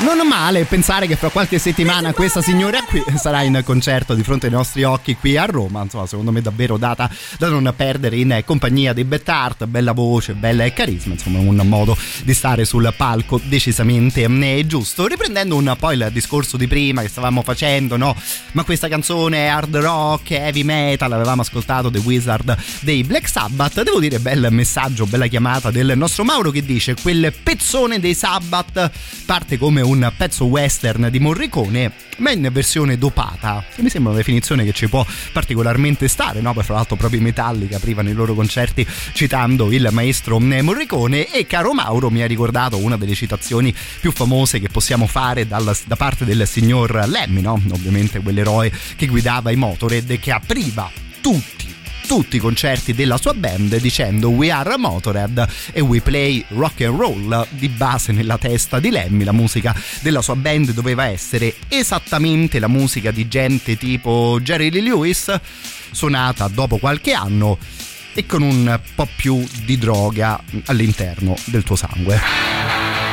Non male pensare che fra qualche settimana questa signora qui sarà in concerto di fronte ai nostri occhi qui a Roma. Insomma, secondo me davvero data da non perdere in compagnia dei Bad Art, bella voce, bella carisma, insomma un modo di stare sul palco decisamente giusto. Riprendendo un po' il discorso di prima che stavamo facendo, no? Ma questa canzone è hard rock, heavy metal, avevamo ascoltato The Wizard dei Black Sabbath. Devo dire, bel messaggio, bella chiamata del nostro Mauro che dice: quel pezzone dei Sabbath parte come un pezzo western di Morricone, ma in versione dopata, che mi sembra una definizione che ci può particolarmente stare, no? Poi fra l'altro proprio i Metallica aprivano i loro concerti citando il maestro Morricone. E caro Mauro, mi ha ricordato una delle citazioni più famose che possiamo fare da parte del signor Lemmy, no? Ovviamente quell'eroe che guidava i Motorhead e che apriva tutti i concerti della sua band dicendo "We are Motorhead e we play rock and roll". Di base nella testa di Lemmy la musica della sua band doveva essere esattamente la musica di gente tipo Jerry Lee Lewis, suonata dopo qualche anno e con un po' più di droga all'interno del tuo sangue.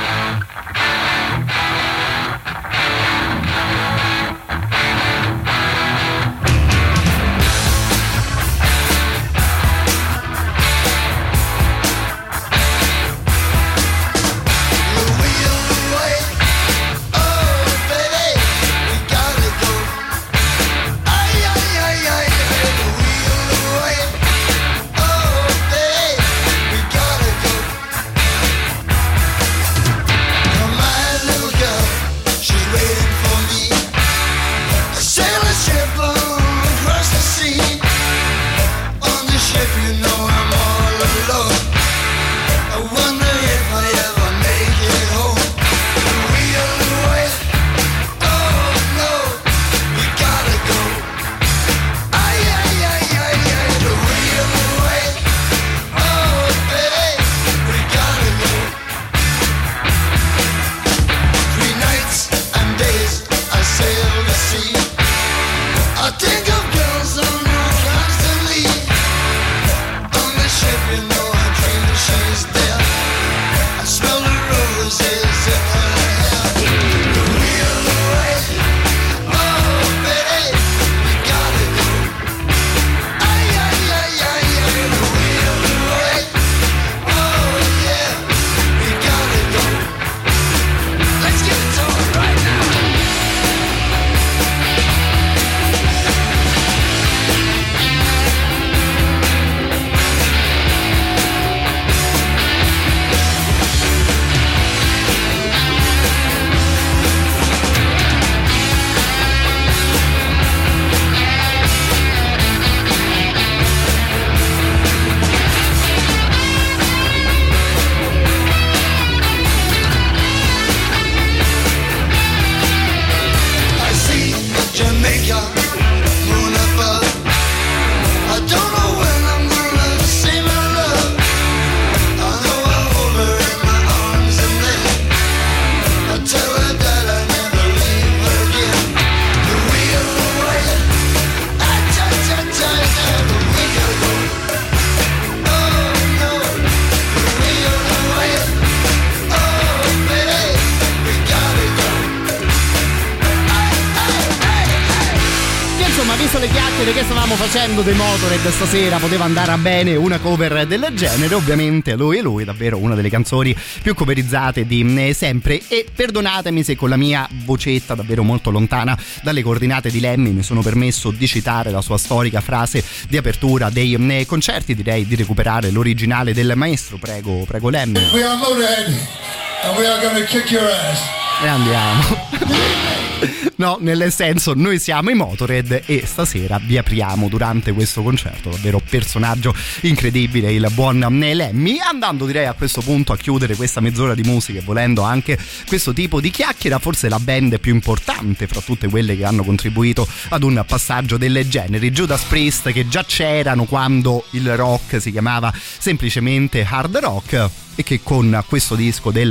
Facendo dei Motorhead stasera poteva andare a bene una cover del genere. Ovviamente lui davvero una delle canzoni più coverizzate di sempre. E perdonatemi se con la mia vocetta davvero molto lontana dalle coordinate di Lemmy mi sono permesso di citare la sua storica frase di apertura dei concerti. Direi di recuperare l'originale del maestro. Prego Lemmy. We are Motorhead and we are gonna kick your ass. E andiamo. No, nel senso, noi siamo i Motorhead e stasera vi apriamo durante questo concerto. Davvero personaggio incredibile il buon Lemmy. Andando direi a questo punto a chiudere questa mezz'ora di musica e volendo anche questo tipo di chiacchiera, forse la band più importante fra tutte quelle che hanno contribuito ad un passaggio del genere, Judas Priest, che già c'erano quando il rock si chiamava semplicemente hard rock e che con questo disco del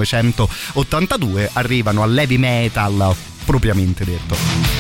1982 arrivano all'heavy metal propriamente detto.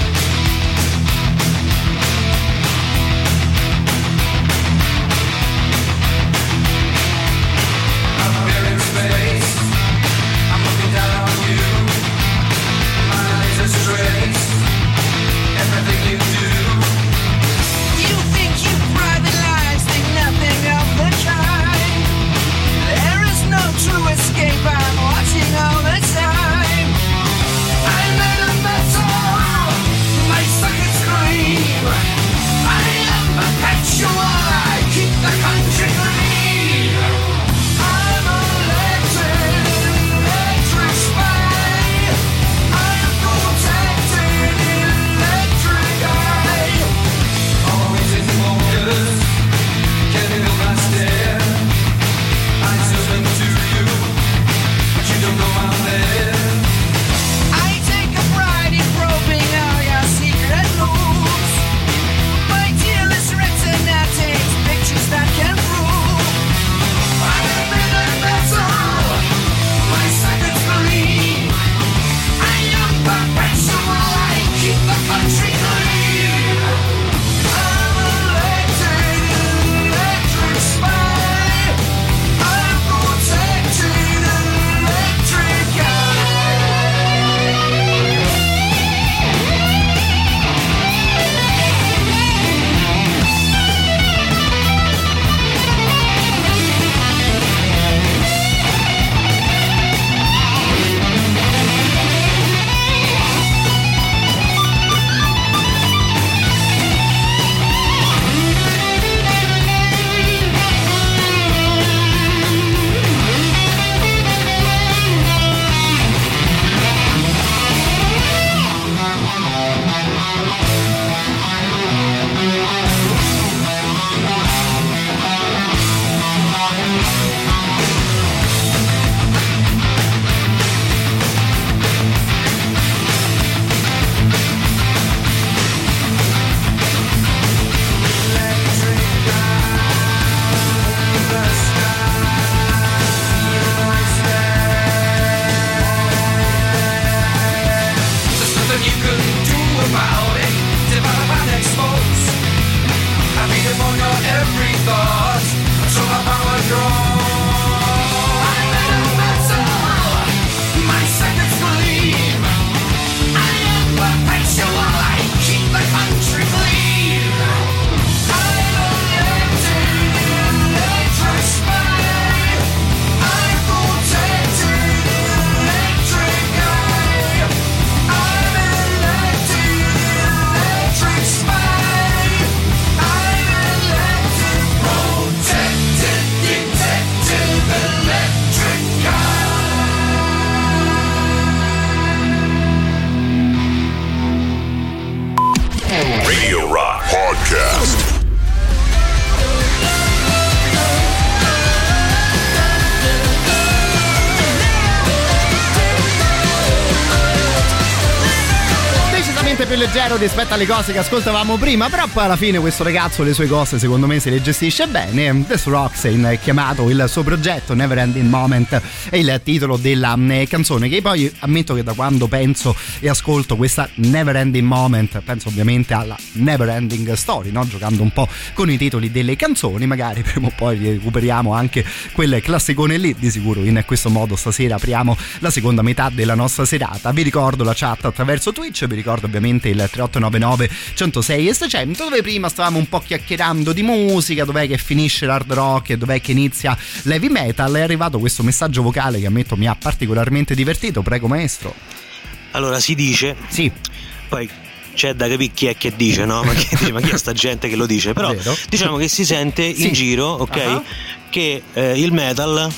leggero rispetto alle cose che ascoltavamo prima, però poi alla fine questo ragazzo le sue cose secondo me se le gestisce bene. The Rocks è chiamato il suo progetto, Never Ending Moment è il titolo della canzone, che poi ammetto che da quando penso e ascolto questa Never Ending Moment penso ovviamente alla Never Ending Story, no? Giocando un po' con i titoli delle canzoni, magari prima o poi recuperiamo anche quel classicone lì. Di sicuro in questo modo stasera apriamo la seconda metà della nostra serata. Vi ricordo la chat attraverso Twitch, vi ricordo ovviamente il 3899 106 e 600, dove prima stavamo un po' chiacchierando di musica, dov'è che finisce l'hard rock e dov'è che inizia l'heavy metal. È arrivato questo messaggio vocale che ammetto mi ha particolarmente divertito. Prego maestro. Allora si dice, sì, poi c'è da capire chi è che dice, no? Ma chi è sta gente che lo dice? Però diciamo che si sente in giro, ok, che il metal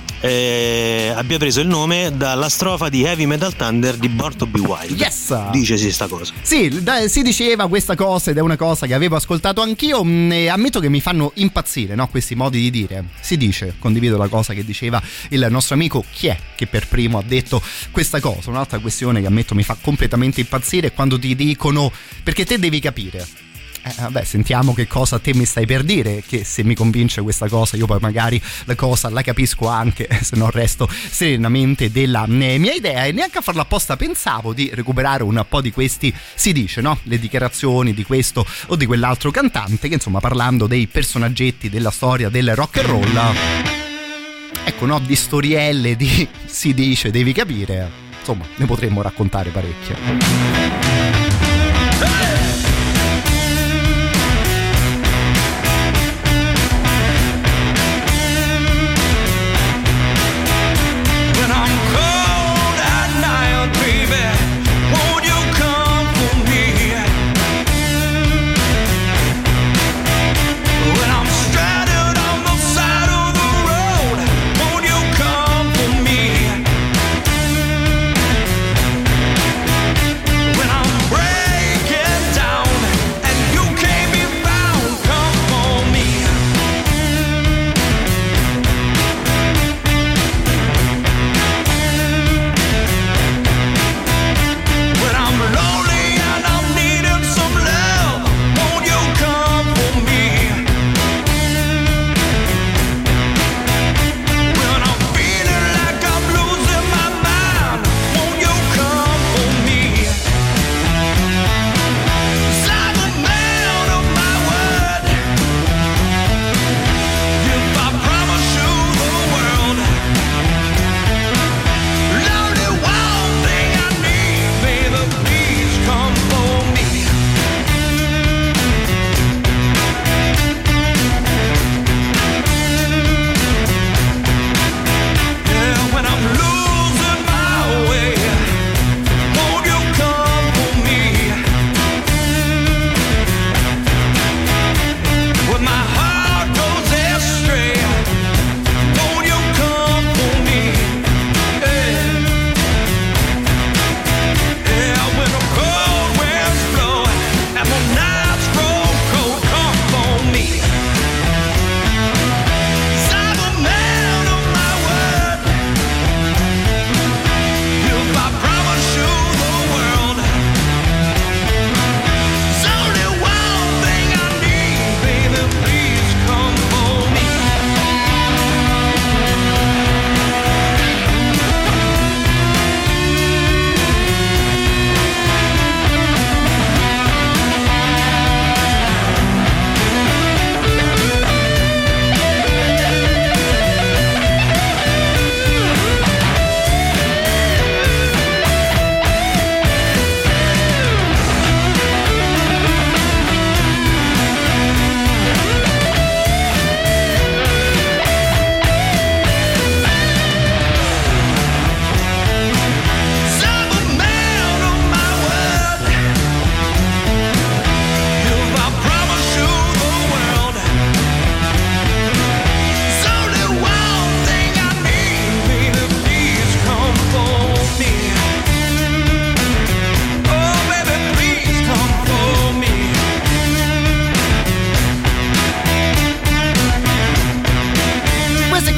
abbia preso il nome dalla strofa di Heavy Metal Thunder di Born to Be Wild. Yes! Dicesi sta cosa. Sì, si diceva questa cosa ed è una cosa che avevo ascoltato anch'io e ammetto che mi fanno impazzire, no? Questi modi di dire. Si dice, condivido la cosa che diceva il nostro amico, chi è che per primo ha detto questa cosa? Un'altra questione che ammetto mi fa completamente impazzire è quando ti dicono, perché te devi capire. Vabbè, sentiamo che cosa te mi stai per dire, che se mi convince questa cosa io poi magari la cosa la capisco anche, se non resto serenamente della mia idea. E neanche a farla apposta pensavo di recuperare un po' di questi, si dice, no? Le dichiarazioni di questo o di quell'altro cantante che insomma, parlando dei personaggetti della storia del rock and roll, ecco, no, di storielle, di si dice, devi capire, insomma ne potremmo raccontare parecchie. Down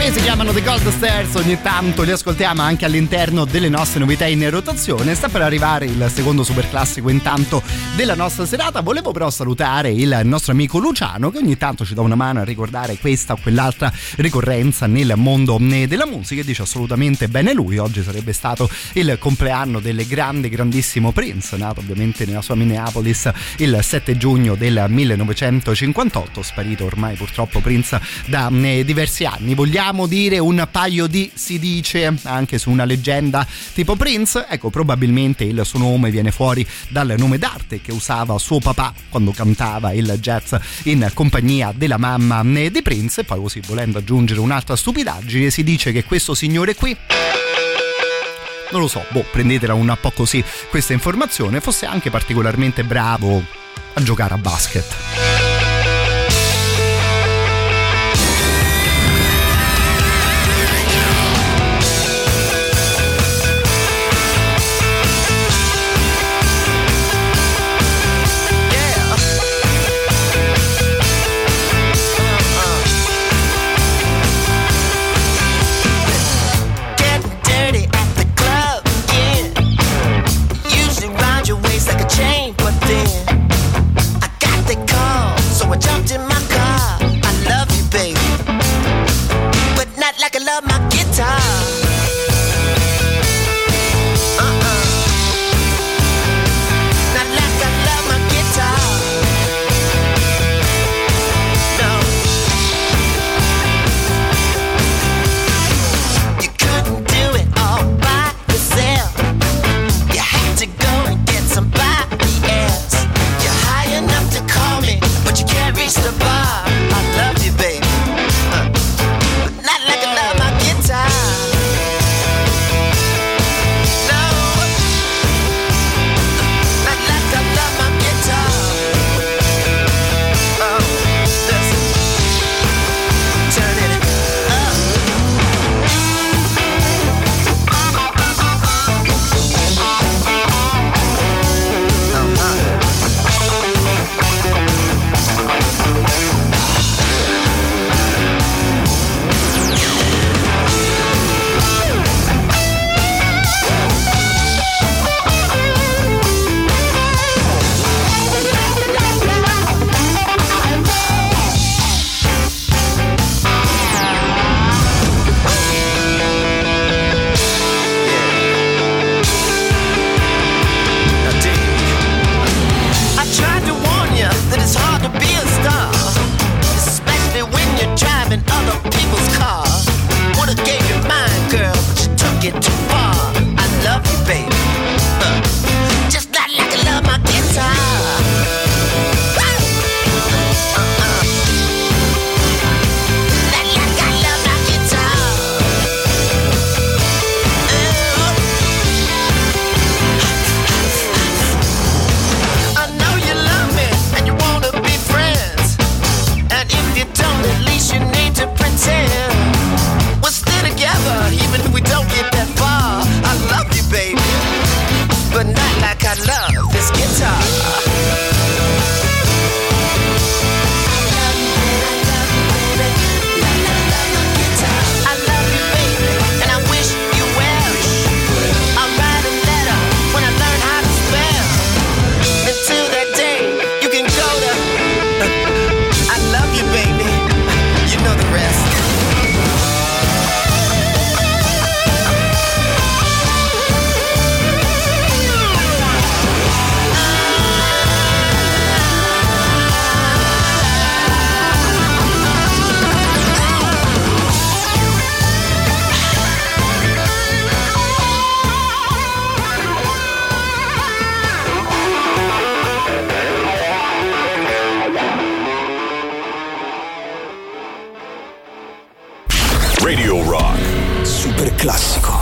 si chiamano The Gold Stairs, ogni tanto li ascoltiamo anche all'interno delle nostre novità in rotazione. Sta per arrivare il secondo super classico intanto della nostra serata. Volevo però salutare il nostro amico Luciano, che ogni tanto ci dà una mano a ricordare questa o quell'altra ricorrenza nel mondo della musica, e dice assolutamente bene lui. Oggi sarebbe stato il compleanno del grandissimo Prince, nato ovviamente nella sua Minneapolis il 7 giugno del 1958, sparito ormai purtroppo Prince da diversi anni. Vogliamo dire un paio di si dice anche su una leggenda tipo Prince? Ecco, probabilmente il suo nome viene fuori dal nome d'arte che usava suo papà quando cantava il jazz in compagnia della mamma di Prince. E poi, così volendo aggiungere un'altra stupidaggine, si dice che questo signore qui, non lo so, prendetela un po' così questa informazione, fosse anche particolarmente bravo a giocare a basket. Radio Rock. Super classico.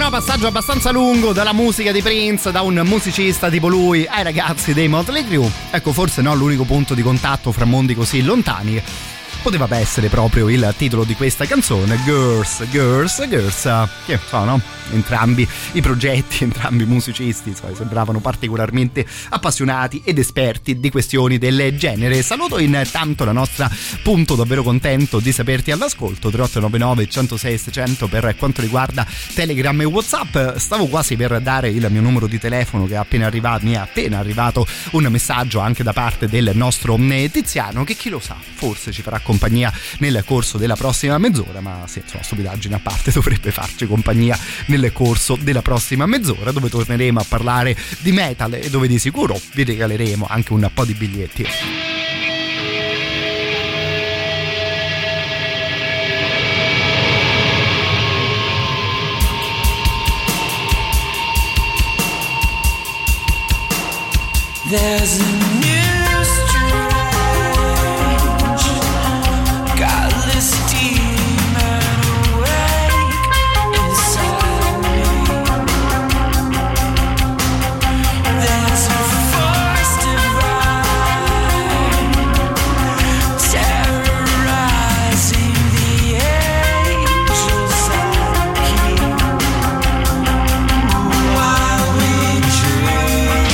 no, passaggio abbastanza lungo dalla musica di Prince, da un musicista tipo lui, ai ragazzi dei Motley Crue. Ecco, forse no, l'unico punto di contatto fra mondi così lontani poteva essere proprio il titolo di questa canzone, Girls, Girls, Girls, che sono entrambi i progetti, entrambi i musicisti, sembravano particolarmente appassionati ed esperti di questioni del genere. Saluto intanto la nostra Punto, davvero contento di saperti all'ascolto, 3899 106 600 per quanto riguarda Telegram e WhatsApp. Stavo quasi per dare il mio numero di telefono, che mi è appena arrivato un messaggio anche da parte del nostro Tiziano, che chi lo sa, forse ci farà compagnia nel corso della prossima mezz'ora, ma sì, insomma, stupidaggine a parte, dovrebbe farci compagnia nel corso della prossima mezz'ora, dove torneremo a parlare di metal e dove di sicuro vi regaleremo anche un po' di biglietti. There's a new strange godless demon awake inside me. There's a force divine terrorizing the angels I keep while we dream.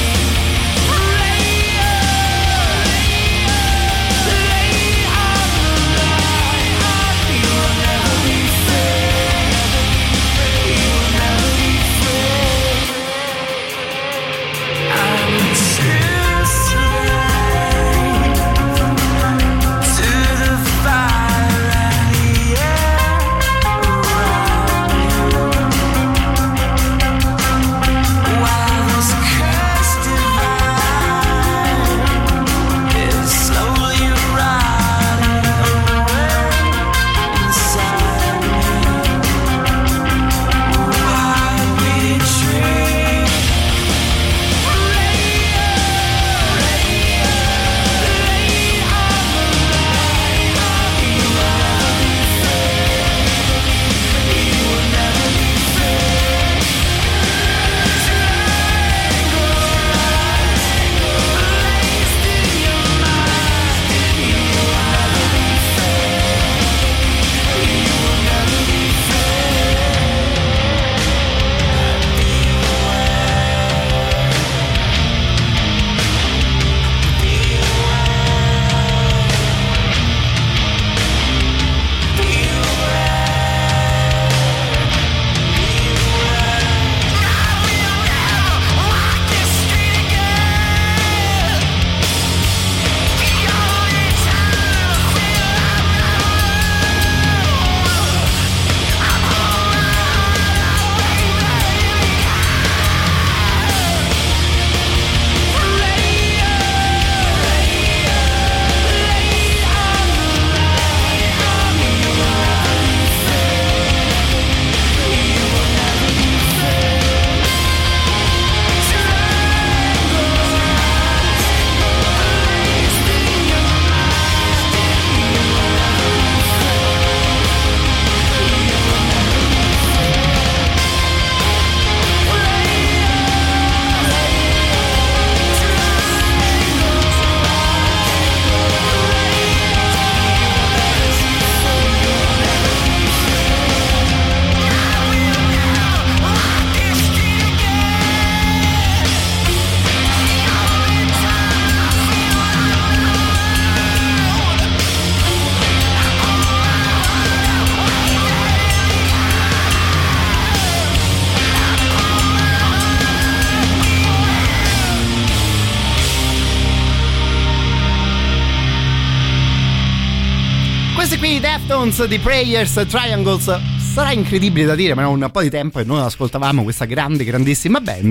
Deftones di Prayers Triangles. Sarà incredibile da dire, ma è un po' di tempo che noi ascoltavamo questa grandissima band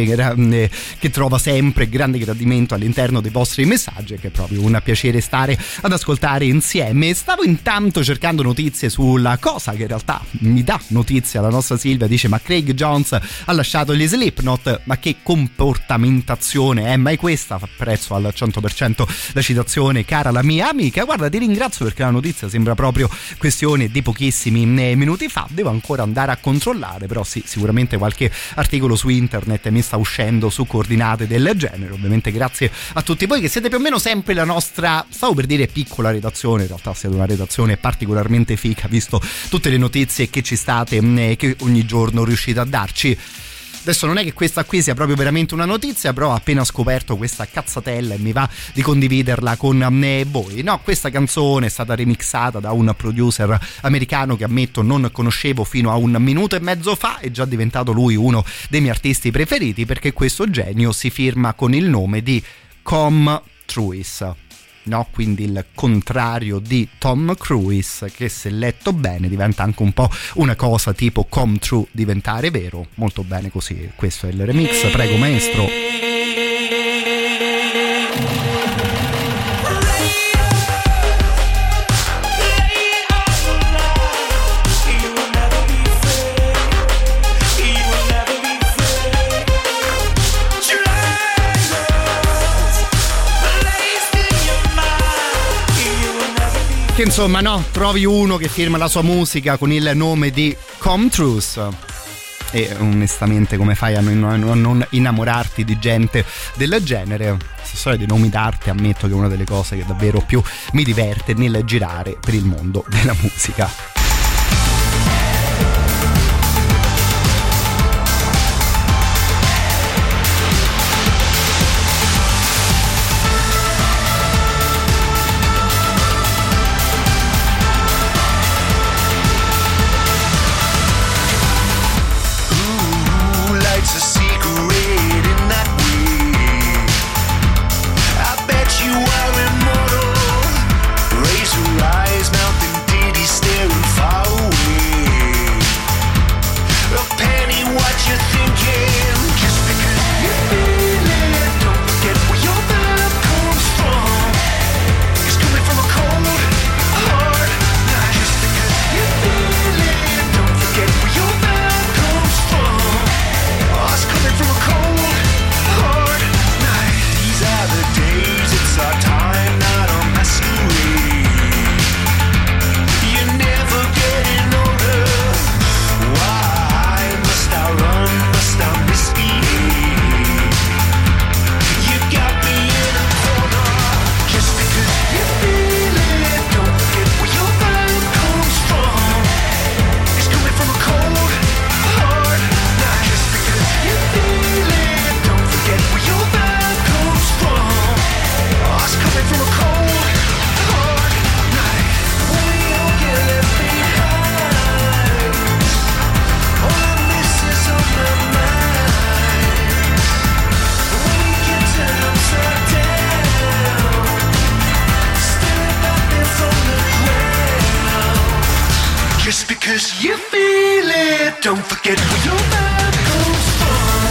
che trova sempre grande gradimento all'interno dei vostri messaggi, che è proprio un piacere stare ad ascoltare insieme. Stavo intanto cercando notizie sulla cosa che in realtà mi dà notizia la nostra Silvia, dice: ma Craig Jones ha lasciato gli Slipknot, ma che comportamentazione è mai questa? Fa prezzo al 100% la citazione, cara la mia amica. Guarda, ti ringrazio perché la notizia sembra proprio questione di pochissimi minuti fa. fa. Devo ancora andare a controllare, però sì, sicuramente qualche articolo su internet mi sta uscendo su coordinate del genere. Ovviamente grazie a tutti voi che siete più o meno sempre la nostra, stavo per dire piccola redazione, in realtà siete una redazione particolarmente fica visto tutte le notizie che ci state, che ogni giorno riuscite a darci. Adesso non è che questa qui sia proprio veramente una notizia, però ho appena scoperto questa cazzatella e mi va di condividerla con voi. No, questa canzone è stata remixata da un producer americano che ammetto non conoscevo fino a 1 minuto e mezzo fa, è già diventato lui uno dei miei artisti preferiti perché questo genio si firma con il nome di Com Truis. No, quindi il contrario di Tom Cruise, che se letto bene diventa anche un po' una cosa tipo come true, diventare vero. Molto bene così, questo è il remix, prego maestro. Che insomma no, trovi uno che firma la sua musica con il nome di Com Truis e onestamente come fai a non innamorarti di gente del genere? Questa storia di nomi d'arte ammetto che è una delle cose che davvero più mi diverte nel girare per il mondo della musica. Don't forget who your man comes from.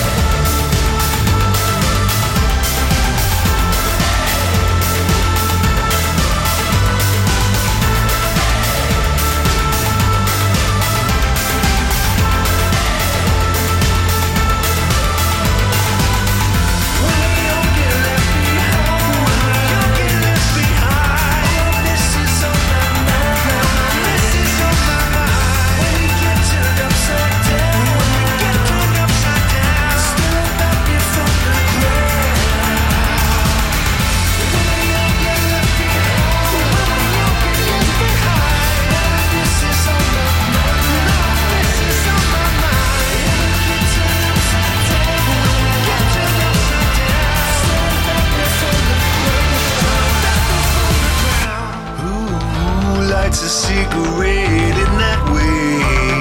A cigarette in that way.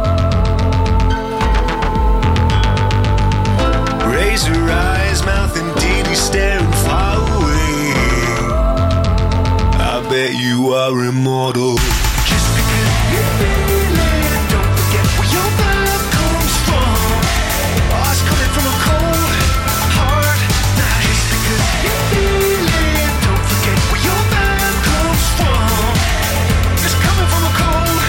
Raise her eyes, mouth indeed, staring far away. I bet you are immortal. Just because you feel it, don't forget where your love comes from. Oh, it's coming from a cold heart. Nah, just because you feel it, don't forget where your love comes from. It's coming from a cold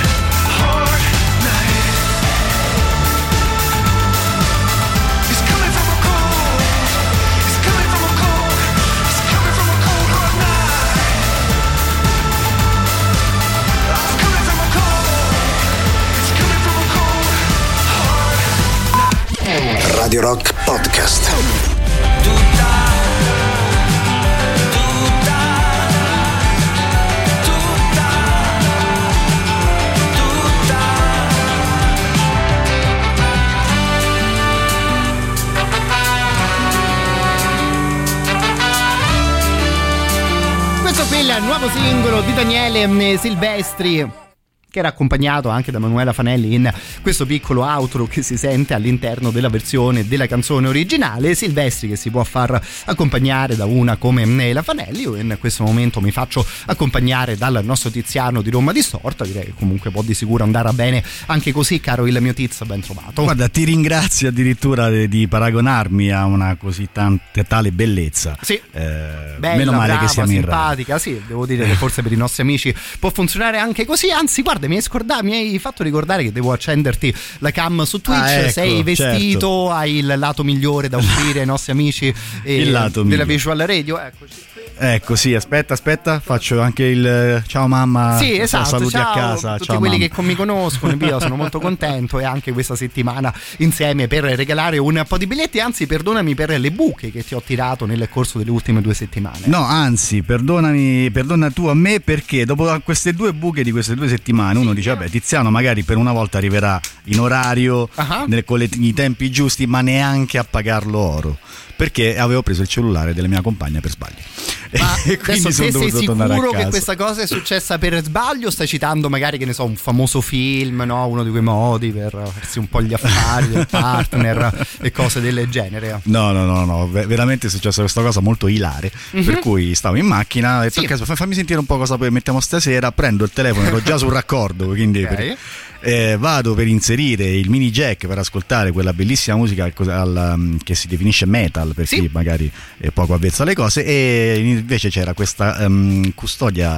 Radio Rock Podcast. Questo qui è il nuovo singolo di Daniele Silvestri, che era accompagnato anche da Manuela Fanelli in questo piccolo outro che si sente all'interno della versione della canzone originale. Silvestri che si può far accompagnare da una come la Fanelli. Io in questo momento mi faccio accompagnare dal nostro Tiziano di Roma Distorta. Direi che comunque può di sicuro andare bene anche così, caro il mio Tiz, ben trovato. Guarda, ti ringrazio addirittura di paragonarmi a una così tale bellezza. Sì, bella, meno male brava, che siamo simpatica, sì, devo dire che forse per i nostri amici può funzionare anche così. Anzi, guarda, mi hai fatto ricordare che devo accenderti la cam su Twitch. Ecco, sei vestito, certo. Hai il lato migliore da offrire ai nostri amici il lato della migliore. Visual Radio. Eccoci qui. Ecco, sì, aspetta, faccio anche il ciao mamma. Sì, esatto, saluti ciao a casa. tutti ciao quelli mamma. che mi conoscono e via, sono molto contento, e anche questa settimana insieme per regalare un po' di biglietti. Anzi, perdonami per le buche che ti ho tirato nel corso delle ultime 2 settimane. No, anzi, perdona tu a me, perché dopo queste 2 buche di queste 2 settimane uno dice vabbè, Tiziano magari per una volta arriverà in orario, con i tempi giusti, ma neanche a pagarlo oro, perché avevo preso il cellulare della mia compagna per sbaglio. Ma e quindi adesso te sei sicuro che casa. questa cosa è successa per sbaglio? Stai citando magari, che ne so, un famoso film, no? Uno di quei modi per farsi un po' gli affari del partner e cose del genere? No, veramente è successa questa cosa molto ilare, per cui stavo in macchina e per caso fammi sentire un po' cosa poi mettiamo stasera, prendo il telefono, ero già sul raccordo, quindi okay. Vado per inserire il mini jack per ascoltare quella bellissima musica che si definisce metal, per chi magari è poco avvezzo alle cose, e invece c'era questa custodia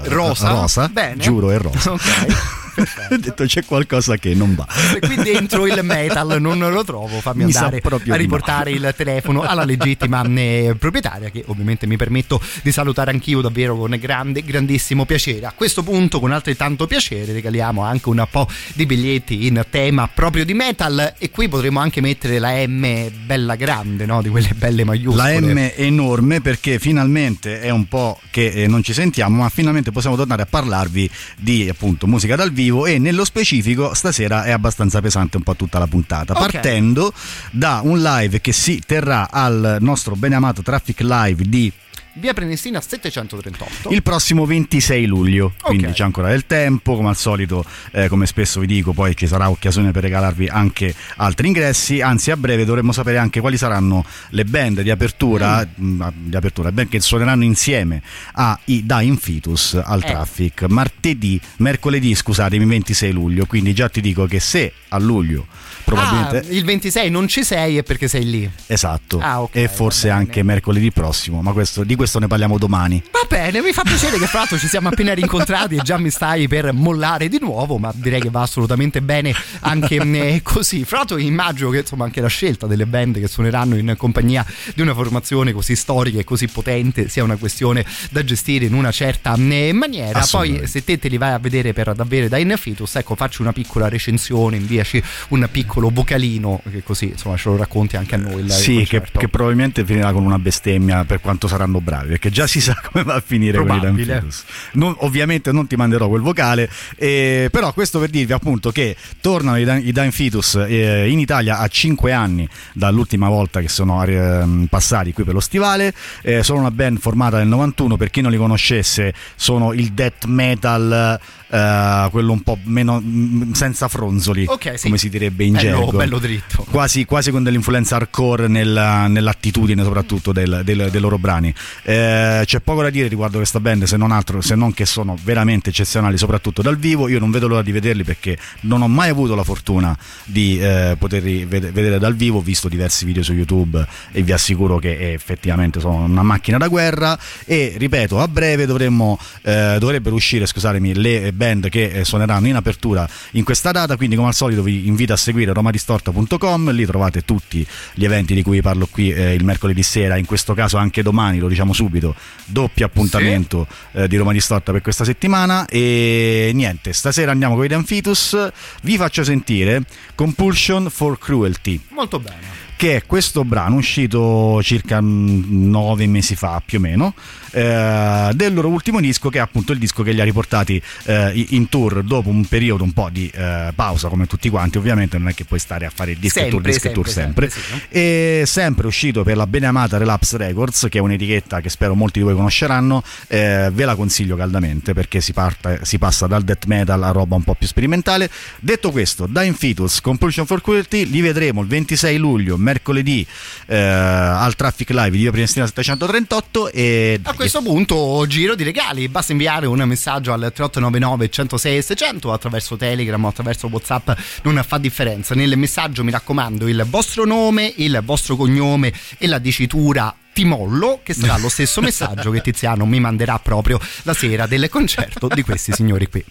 rosa. Bene. Giuro è rosa. Ok. Ho detto c'è qualcosa che non va. Se qui dentro il metal non lo trovo, fammi andare a riportare il telefono alla legittima proprietaria, che ovviamente mi permetto di salutare anch'io davvero con grandissimo piacere. A questo punto, con altrettanto piacere, regaliamo anche un po' di biglietti in tema proprio di metal, e qui potremo anche mettere la M bella grande, no? Di quelle belle maiuscole. La M enorme, perché finalmente è un po' che non ci sentiamo, ma finalmente possiamo tornare a parlarvi di appunto musica dal vivo, e nello specifico stasera è abbastanza pesante un po' tutta la puntata, partendo da un live che si terrà al nostro beneamato Traffic Live di Via Prenestina 738 il prossimo 26 luglio, quindi c'è ancora del tempo, come al solito, come spesso vi dico, poi ci sarà occasione per regalarvi anche altri ingressi, anzi a breve dovremmo sapere anche quali saranno le band di apertura, band che suoneranno insieme da Infitus al Traffic mercoledì 26 luglio, quindi già ti dico che se a luglio probabilmente il 26 non ci sei è perché sei lì. Esatto. E forse anche mercoledì prossimo, ma di questo ne parliamo domani. Va bene, mi fa piacere che fra l'altro ci siamo appena rincontrati e già mi stai per mollare di nuovo, ma direi che va assolutamente bene anche così. Fra l'altro immagino che insomma anche la scelta delle band che suoneranno in compagnia di una formazione così storica e così potente sia una questione da gestire in una certa maniera. Poi se te li vai a vedere per davvero da Infitus, ecco, facci una piccola recensione, inviaci un piccolo vocalino, che così insomma ce lo racconti anche a noi. Sì, che probabilmente finirà con una bestemmia, per quanto saranno bravi, perché già si sa come va a finire con i Infitus. Ovviamente non ti manderò quel vocale, però questo per dirvi appunto che tornano i Infitus in Italia a 5 anni dall'ultima volta che sono passati qui per lo Stivale. Sono una band formata nel 91, per chi non li conoscesse sono il death metal, quello un po' meno senza fronzoli, come si direbbe in gergo, bello dritto, quasi con dell'influenza hardcore nell'attitudine soprattutto dei loro brani. C'è poco da dire riguardo questa band, se non che sono veramente eccezionali, soprattutto dal vivo. Io non vedo l'ora di vederli, perché non ho mai avuto la fortuna di poterli vedere dal vivo. Ho visto diversi video su YouTube e vi assicuro che effettivamente sono una macchina da guerra, e ripeto, a breve dovrebbero uscire, scusatemi, le band che suoneranno in apertura in questa data, quindi come al solito vi invito a seguire romadistorta.com, lì trovate tutti gli eventi di cui vi parlo qui il mercoledì sera, in questo caso anche domani, lo diciamo subito, doppio appuntamento di Roma Distorta per questa settimana. E niente, stasera andiamo con i Infitus, vi faccio sentire Compulsion for Cruelty. Molto bene. che è questo brano uscito circa 9 mesi fa più o meno, del loro ultimo disco, che è appunto il disco che li ha riportati in tour dopo un periodo un po' di pausa, come tutti quanti. Ovviamente non è che puoi stare a fare il disco sempre. Sì. E sempre uscito per la beneamata Relapse Records, che è un'etichetta che spero molti di voi conosceranno. Ve la consiglio caldamente, perché si passa dal death metal a roba un po' più sperimentale. Detto questo, Dying Fetus, Compulsion for Cruelty li vedremo il 26 luglio, mercoledì, al Traffic Live di Via Prenestina 738. E a questo punto giro di regali, basta inviare un messaggio al 3899 106 600 attraverso Telegram o attraverso WhatsApp, non fa differenza. Nel messaggio mi raccomando il vostro nome, il vostro cognome e la dicitura "ti mollo", che sarà lo stesso messaggio che Tiziano mi manderà proprio la sera del concerto di questi signori qui.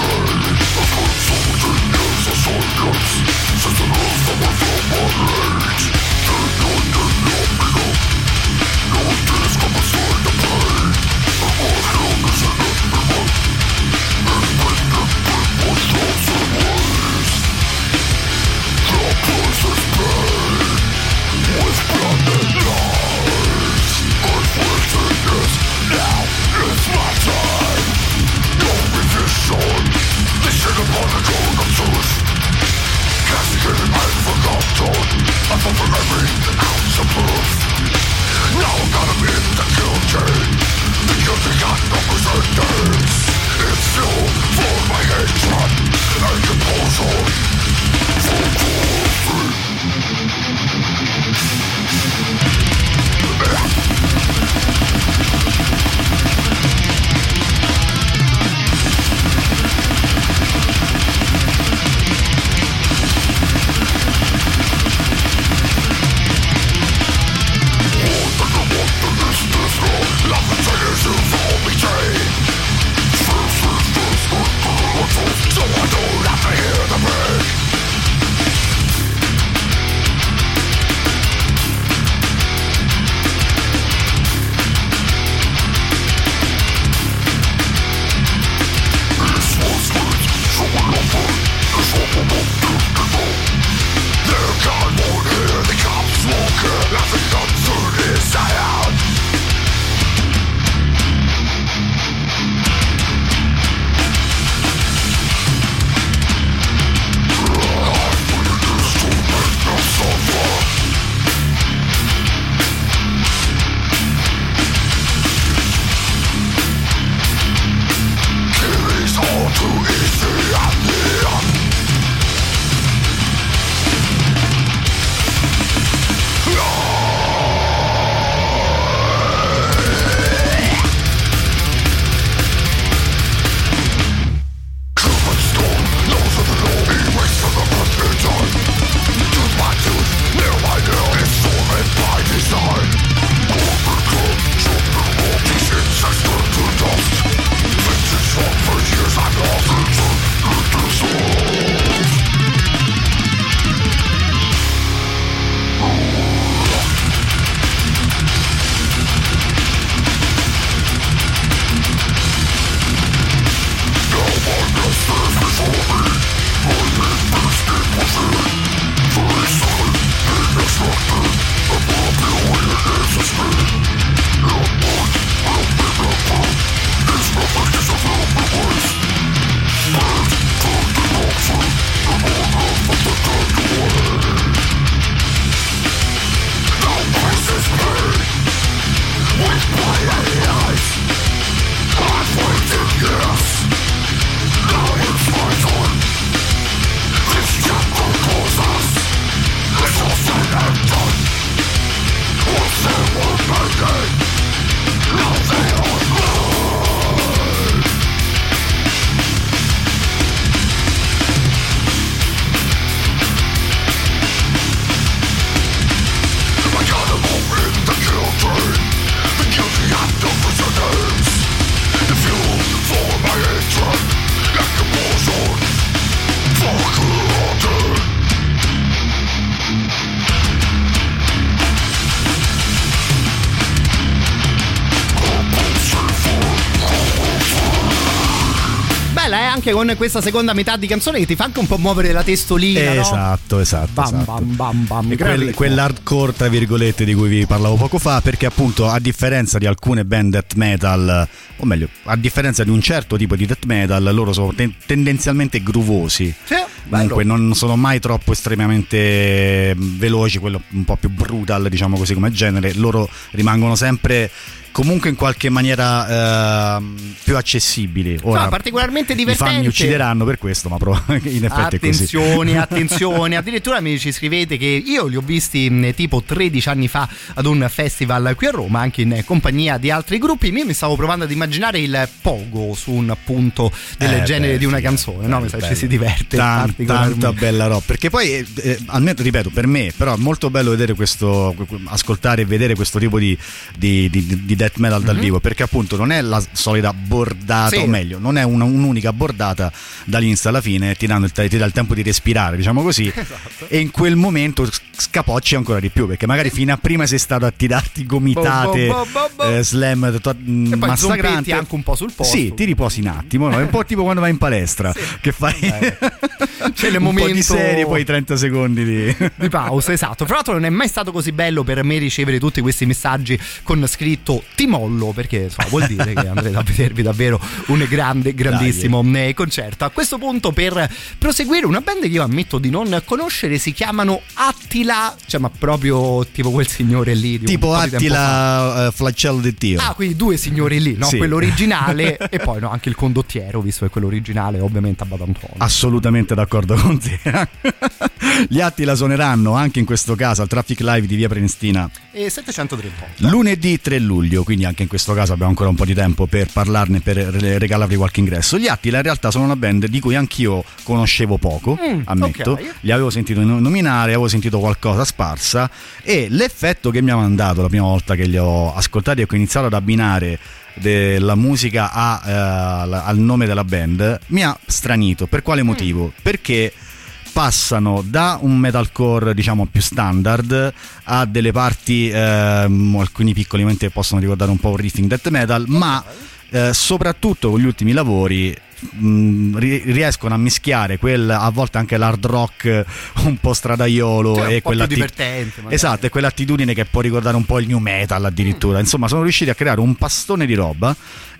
Since the last time I found my way, anche con questa seconda metà di canzone che ti fa anche un po' muovere la testolina, esatto, no? Esatto. Bam, quell'hardcore tra virgolette di cui vi parlavo poco fa, perché appunto a differenza di alcune band death metal, o meglio a differenza di un certo tipo di death metal, loro sono tendenzialmente groovosi. Sì. Comunque non sono mai troppo estremamente veloci, quello un po' più brutal, diciamo così, come genere. Loro rimangono sempre comunque in qualche maniera più accessibili. Ora, no, particolarmente divertente. I fan mi uccideranno per questo, ma in effetti è così. Attenzione, addirittura mi ci scrivete che io li ho visti tipo 13 anni fa ad un festival qui a Roma, anche in compagnia di altri gruppi. Io mi stavo provando ad immaginare il pogo su un punto del genere di una canzone, no? Mi sa, ci si diverte. Tanta bella roba, perché poi almeno, ripeto, per me però è molto bello vedere questo, ascoltare e vedere questo tipo di death metal dal vivo, perché appunto non è la solita bordata, o meglio non è un'unica bordata dall'inizio alla fine, ti dà il tempo di respirare, diciamo così, e in quel momento scapocci ancora di più, perché magari fino a prima sei stato a tirarti gomitate slam massacranti, anche un po' sul posto. Sì, ti riposi un attimo, no? È un po' tipo quando vai in palestra che fai c'è il un momento po' di serie, poi 30 secondi di pausa. Esatto. Fra l'altro non è mai stato così bello per me ricevere tutti questi messaggi con scritto ti mollo, perché insomma, vuol dire che andrete a vedervi davvero un grandissimo concerto. A questo punto, per proseguire, una band che io ammetto di non conoscere, si chiamano Attila, cioè ma proprio tipo quel signore lì tipo Attila Flagello di Dio. Quindi due signori lì, no? Sì. Quello originale e poi no, anche il condottiero, visto che quello originale ovviamente a Badantuono. Assolutamente d'accordo con te. Gli Attila suoneranno anche in questo caso al Traffic Live di via Prenestina e 738 lunedì 3 luglio, quindi anche in questo caso abbiamo ancora un po' di tempo per parlarne, per regalarvi qualche ingresso. Gli Attila in realtà sono una band di cui anch'io conoscevo poco, ammetto. Okay. Li avevo sentito nominare, avevo sentito qualcosa sparsa, e l'effetto che mi ha mandato la prima volta che li ho ascoltati e che ho iniziato ad abbinare della musica al nome della band mi ha stranito. Per quale motivo? Perché passano da un metalcore diciamo più standard a delle parti alcuni piccoli momenti possono ricordare un po' un riffing death metal, ma soprattutto con gli ultimi lavori riescono a mischiare a volte anche l'hard rock un po' stradaiolo, cioè, e quella divertente magari. Esatto, e quell'attitudine che può ricordare un po' il new metal addirittura. Insomma, sono riusciti a creare un pastone di roba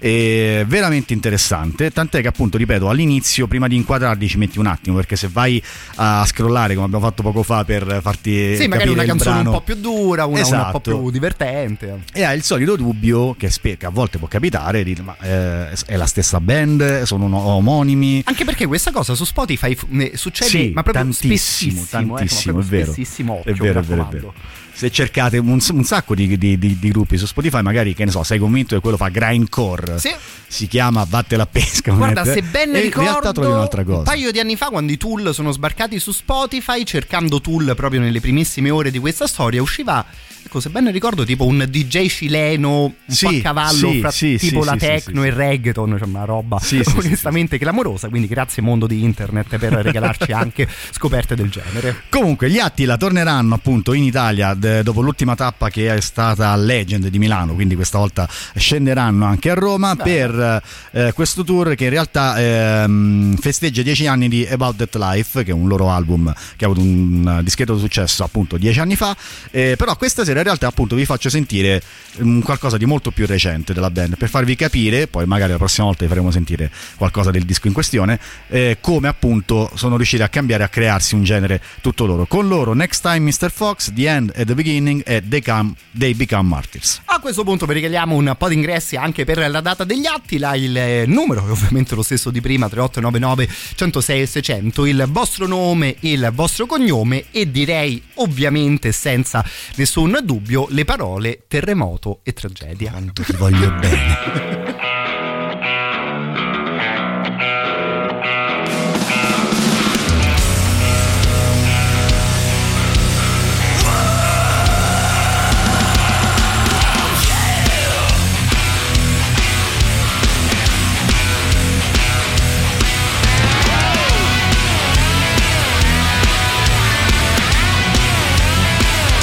veramente interessante, tant'è che appunto, ripeto, all'inizio prima di inquadrarli ci metti un attimo, perché se vai a scrollare come abbiamo fatto poco fa per farti magari una canzone brano, un po' più dura, una un po' più divertente, e hai il solito dubbio che a volte può capitare, ma è la stessa band, sono omonimi, anche perché questa cosa su Spotify succede ma proprio tantissimo, spessissimo, è vero, spessissimo, è vero. Se cercate un sacco di gruppi su Spotify, magari, che ne so, sei convinto che quello fa grindcore, si chiama Vatte la pesca. Guarda, se ben ricordo, in realtà trovi un'altra cosa. Un paio di anni fa, quando i Tool sono sbarcati su Spotify, cercando Tool proprio nelle primissime ore di questa storia, usciva, ecco, se ben ricordo, tipo un DJ cileno un po' a cavallo fra tipo la techno e il reggaeton, cioè una roba onestamente clamorosa. Quindi grazie mondo di internet per regalarci anche scoperte del genere. Comunque gli Attila torneranno appunto in Italia dopo l'ultima tappa che è stata Legend di Milano, quindi questa volta scenderanno anche a Roma per questo tour che in realtà festeggia 10 anni di About That Life, che è un loro album che ha avuto un discreto successo appunto 10 anni fa, però questa sera in realtà appunto vi faccio sentire qualcosa di molto più recente della band, per farvi capire, poi magari la prossima volta vi faremo sentire qualcosa del disco in questione, come appunto sono riusciti a cambiare, a crearsi un genere tutto loro. Con loro Next Time Mr. Fox, The End at the Beginning e They Become Martyrs. A questo punto vi regaliamo un po' di ingressi anche per la data degli Attila, il numero che ovviamente è lo stesso di prima, 3899 106 600, il vostro nome, il vostro cognome e direi ovviamente senza nessun dubbio le parole terremoto e tragedia. Quanto ti voglio bene.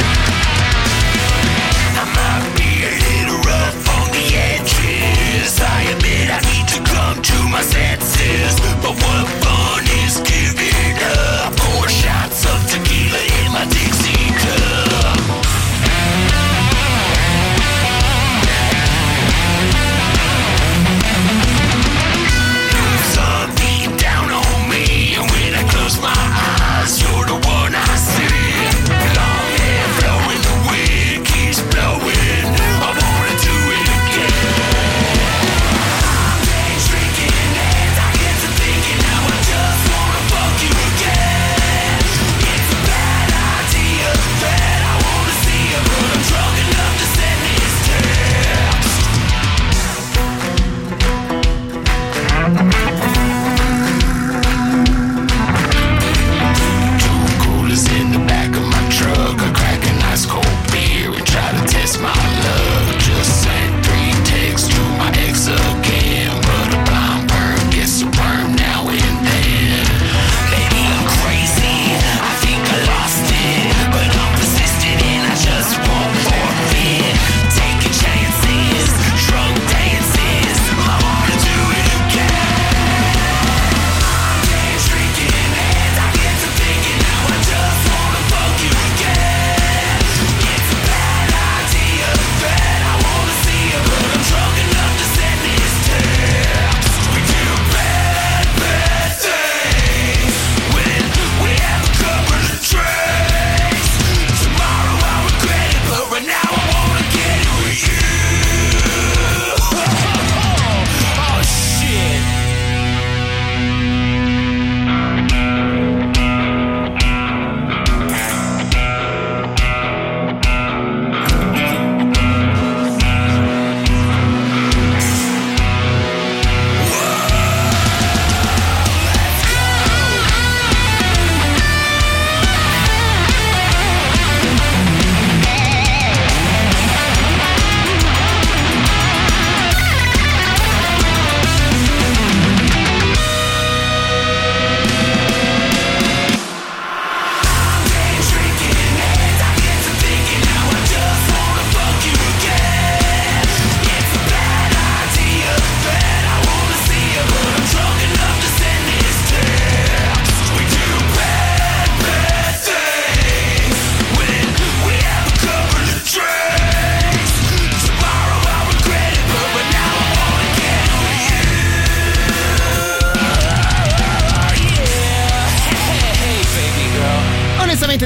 I might be a little rough on the edges.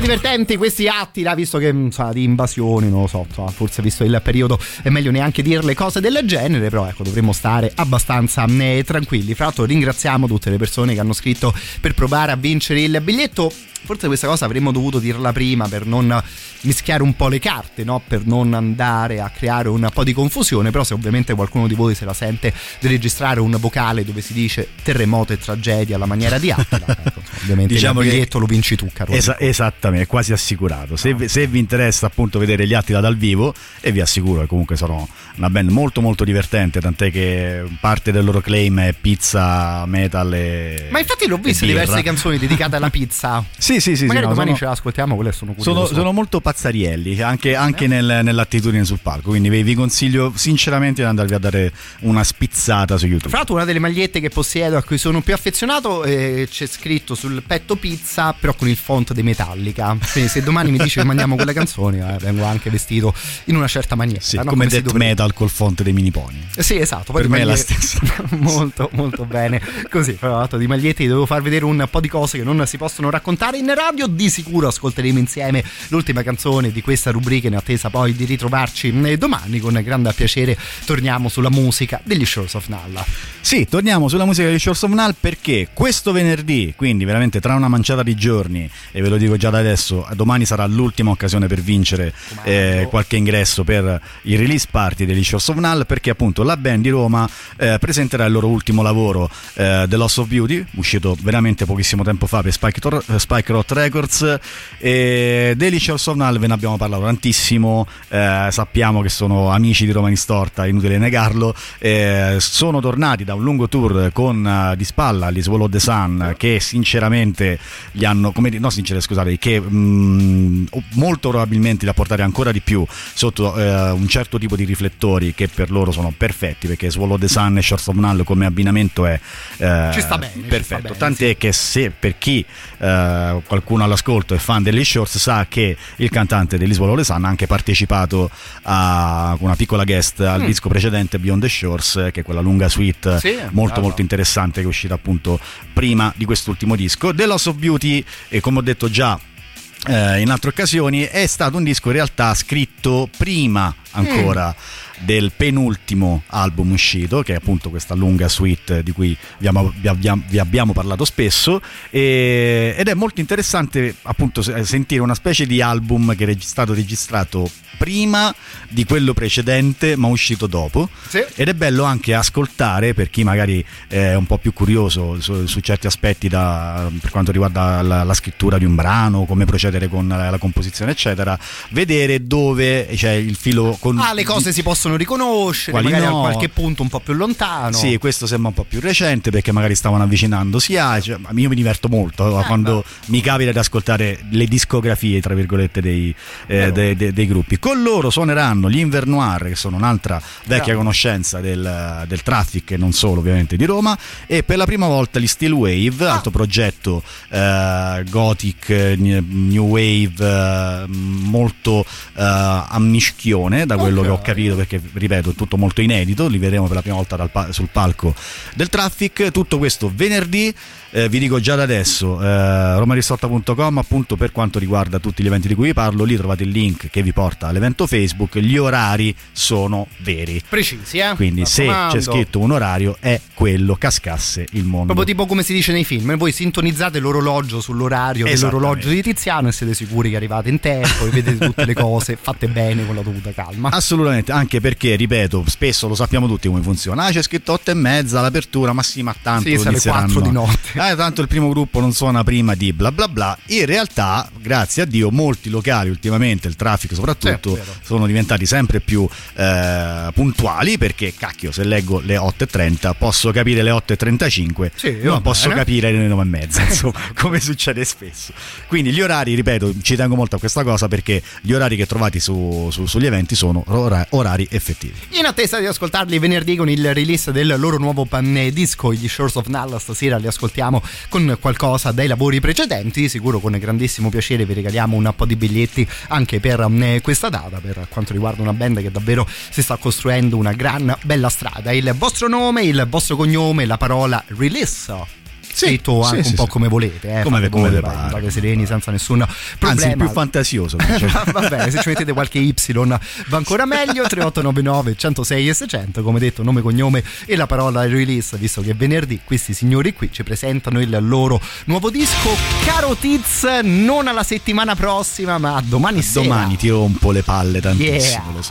divertenti questi atti, visto che di invasioni, non lo so, forse visto il periodo è meglio neanche dire le cose del genere, però ecco, dovremmo stare abbastanza tranquilli. Fra l'altro ringraziamo tutte le persone che hanno scritto per provare a vincere il biglietto. Forse questa cosa avremmo dovuto dirla prima per non mischiare un po' le carte, no? Per non andare a creare un po' di confusione, però se ovviamente qualcuno di voi se la sente di registrare un vocale dove si dice terremoto e tragedia alla maniera di Attila, ecco, ovviamente diciamo il biglietto lo vinci tu, caro. Esattamente, è quasi assicurato. Se vi interessa appunto vedere gli Attila dal vivo, e vi assicuro che comunque sono una band molto molto divertente, tant'è che parte del loro claim è pizza, metal e ma infatti l'ho viste diverse canzoni dedicate alla pizza. Sì, magari domani ce l'ascoltiamo, quelle sono curioso. Sono molto pazzarielli anche nell'attitudine sul palco, quindi vi consiglio sinceramente di andarvi a dare una spizzata su YouTube. Fra l'altro una delle magliette che possiedo, a cui sono più affezionato, c'è scritto sul petto pizza però con il font dei Metallica, quindi se domani mi dice che mandiamo quelle canzoni vengo anche vestito in una certa maniera, sì, no? Come death metal col font dei mini pony. Sì, esatto, poi per me è la stessa. molto molto bene così. Fra l'altro di magliette devo far vedere un po' di cose che non si possono raccontare in radio. Di sicuro ascolteremo insieme l'ultima canzone di questa rubrica in attesa poi di ritrovarci domani. Con grande piacere torniamo sulla musica degli Shores of Null. Sì, torniamo sulla musica degli Shores of Null perché questo venerdì, quindi veramente tra una manciata di giorni, e ve lo dico già da adesso, domani sarà l'ultima occasione per vincere qualche ingresso per il release party degli Shores of Null, perché appunto la band di Roma presenterà il loro ultimo lavoro, The Loss of Beauty, uscito veramente pochissimo tempo fa per Spike Rot Records. Degli Shores of Null ve ne abbiamo parlato tantissimo, sappiamo che sono amici di Roma Distorta, inutile negarlo. Sono tornati da un lungo tour con di spalla gli Swallow the Sun, che sinceramente gli hanno che molto probabilmente da portare ancora di più sotto un certo tipo di riflettori che per loro sono perfetti, perché Swallow the Sun e Shores of Null come abbinamento è ci sta bene, perfetto, tant'è che se per chi qualcuno all'ascolto è fan degli Shores sa che il cantante degli Swallow the Sun ha anche partecipato a una piccola guest al disco precedente Beyond the Shores, che è quella lunga suite molto interessante che è uscita appunto prima di quest'ultimo disco. The Loss of Beauty, come ho detto già in altre occasioni, è stato un disco in realtà scritto prima ancora del penultimo album uscito, che è appunto questa lunga suite di cui vi abbiamo parlato spesso, ed è molto interessante appunto sentire una specie di album che è stato registrato prima di quello precedente ma uscito dopo, ed è bello anche ascoltare per chi magari è un po' più curioso su certi aspetti per quanto riguarda la scrittura di un brano, come procedere con la composizione eccetera, vedere dove c'è il filo le cose si possono riconoscere, magari a qualche punto un po' più lontano. Sì, questo sembra un po' più recente perché magari stavano avvicinandosi io mi diverto molto quando mi capita di ascoltare le discografie tra virgolette dei gruppi. Con loro suoneranno gli Invernoir, che sono un'altra vecchia conoscenza del traffic e non solo ovviamente di Roma, e per la prima volta gli Steel Wave, altro progetto gothic new wave molto a mischione, da quello che ho capito, perché ripeto è tutto molto inedito. Li vedremo per la prima volta sul palco del Traffic. Tutto questo venerdì. Vi dico già da adesso, romaristorta.com appunto per quanto riguarda tutti gli eventi di cui vi parlo, lì trovate il link che vi porta all'evento Facebook. Gli orari sono veri, precisi, quindi se c'è scritto un orario è quello, cascasse il mondo. Proprio tipo come si dice nei film, voi sintonizzate l'orologio sull'orario dell'orologio di Tiziano e siete sicuri che arrivate in tempo e vedete tutte le cose fatte bene con la dovuta calma. Assolutamente, anche perché ripeto, spesso lo sappiamo tutti come funziona, c'è scritto 8:30 l'apertura, ma tanto sarebbe 4 di notte. Tanto il primo gruppo non suona prima di bla bla bla. In realtà, grazie a Dio, molti locali ultimamente, il traffico soprattutto, sono diventati sempre più puntuali, perché cacchio, se leggo le 8:30 posso capire le 8:35, non posso capire le 9:30, insomma, come succede spesso. Quindi gli orari, ripeto, ci tengo molto a questa cosa, perché gli orari che trovate sugli eventi sono orari effettivi. In attesa di ascoltarli venerdì con il release del loro nuovo disco, gli Shores of Null, stasera li ascoltiamo con qualcosa dai lavori precedenti. Sicuro con grandissimo piacere vi regaliamo un po' di biglietti anche per questa data, per quanto riguarda una band che davvero si sta costruendo una gran bella strada. Il vostro nome, il vostro cognome, la parola release scritto anche un po' come volete, come vi pare. Andate sereni senza nessun problema. Anzi, il più fantasioso. Va bene, se ci mettete qualche Y va ancora meglio. 3899 106 e 600, come detto, nome, cognome e la parola release, visto che è venerdì. Questi signori qui ci presentano il loro nuovo disco, Caro Tiz, non alla settimana prossima ma domani sera. Domani ti rompo le palle tantissimo, lo so.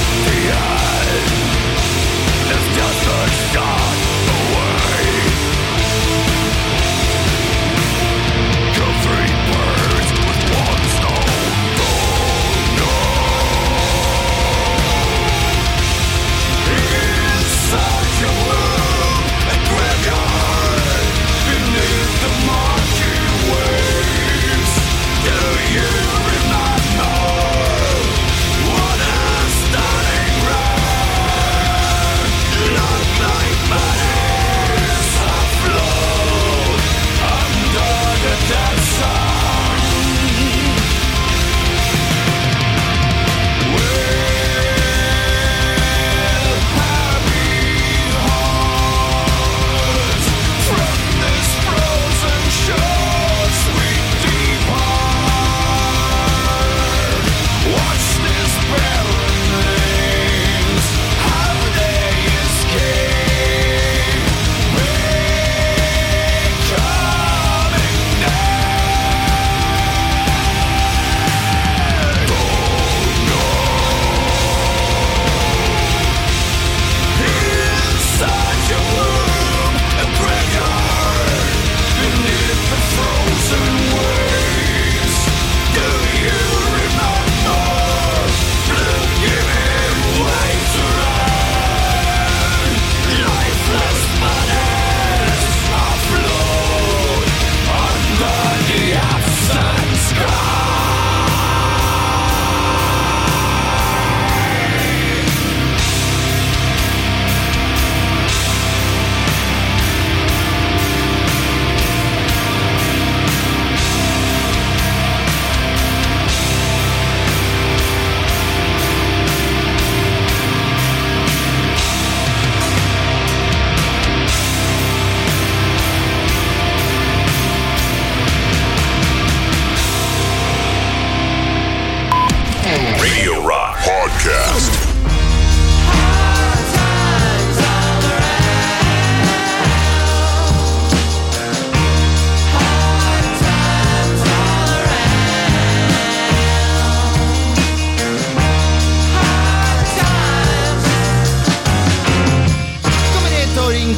Just a shot away.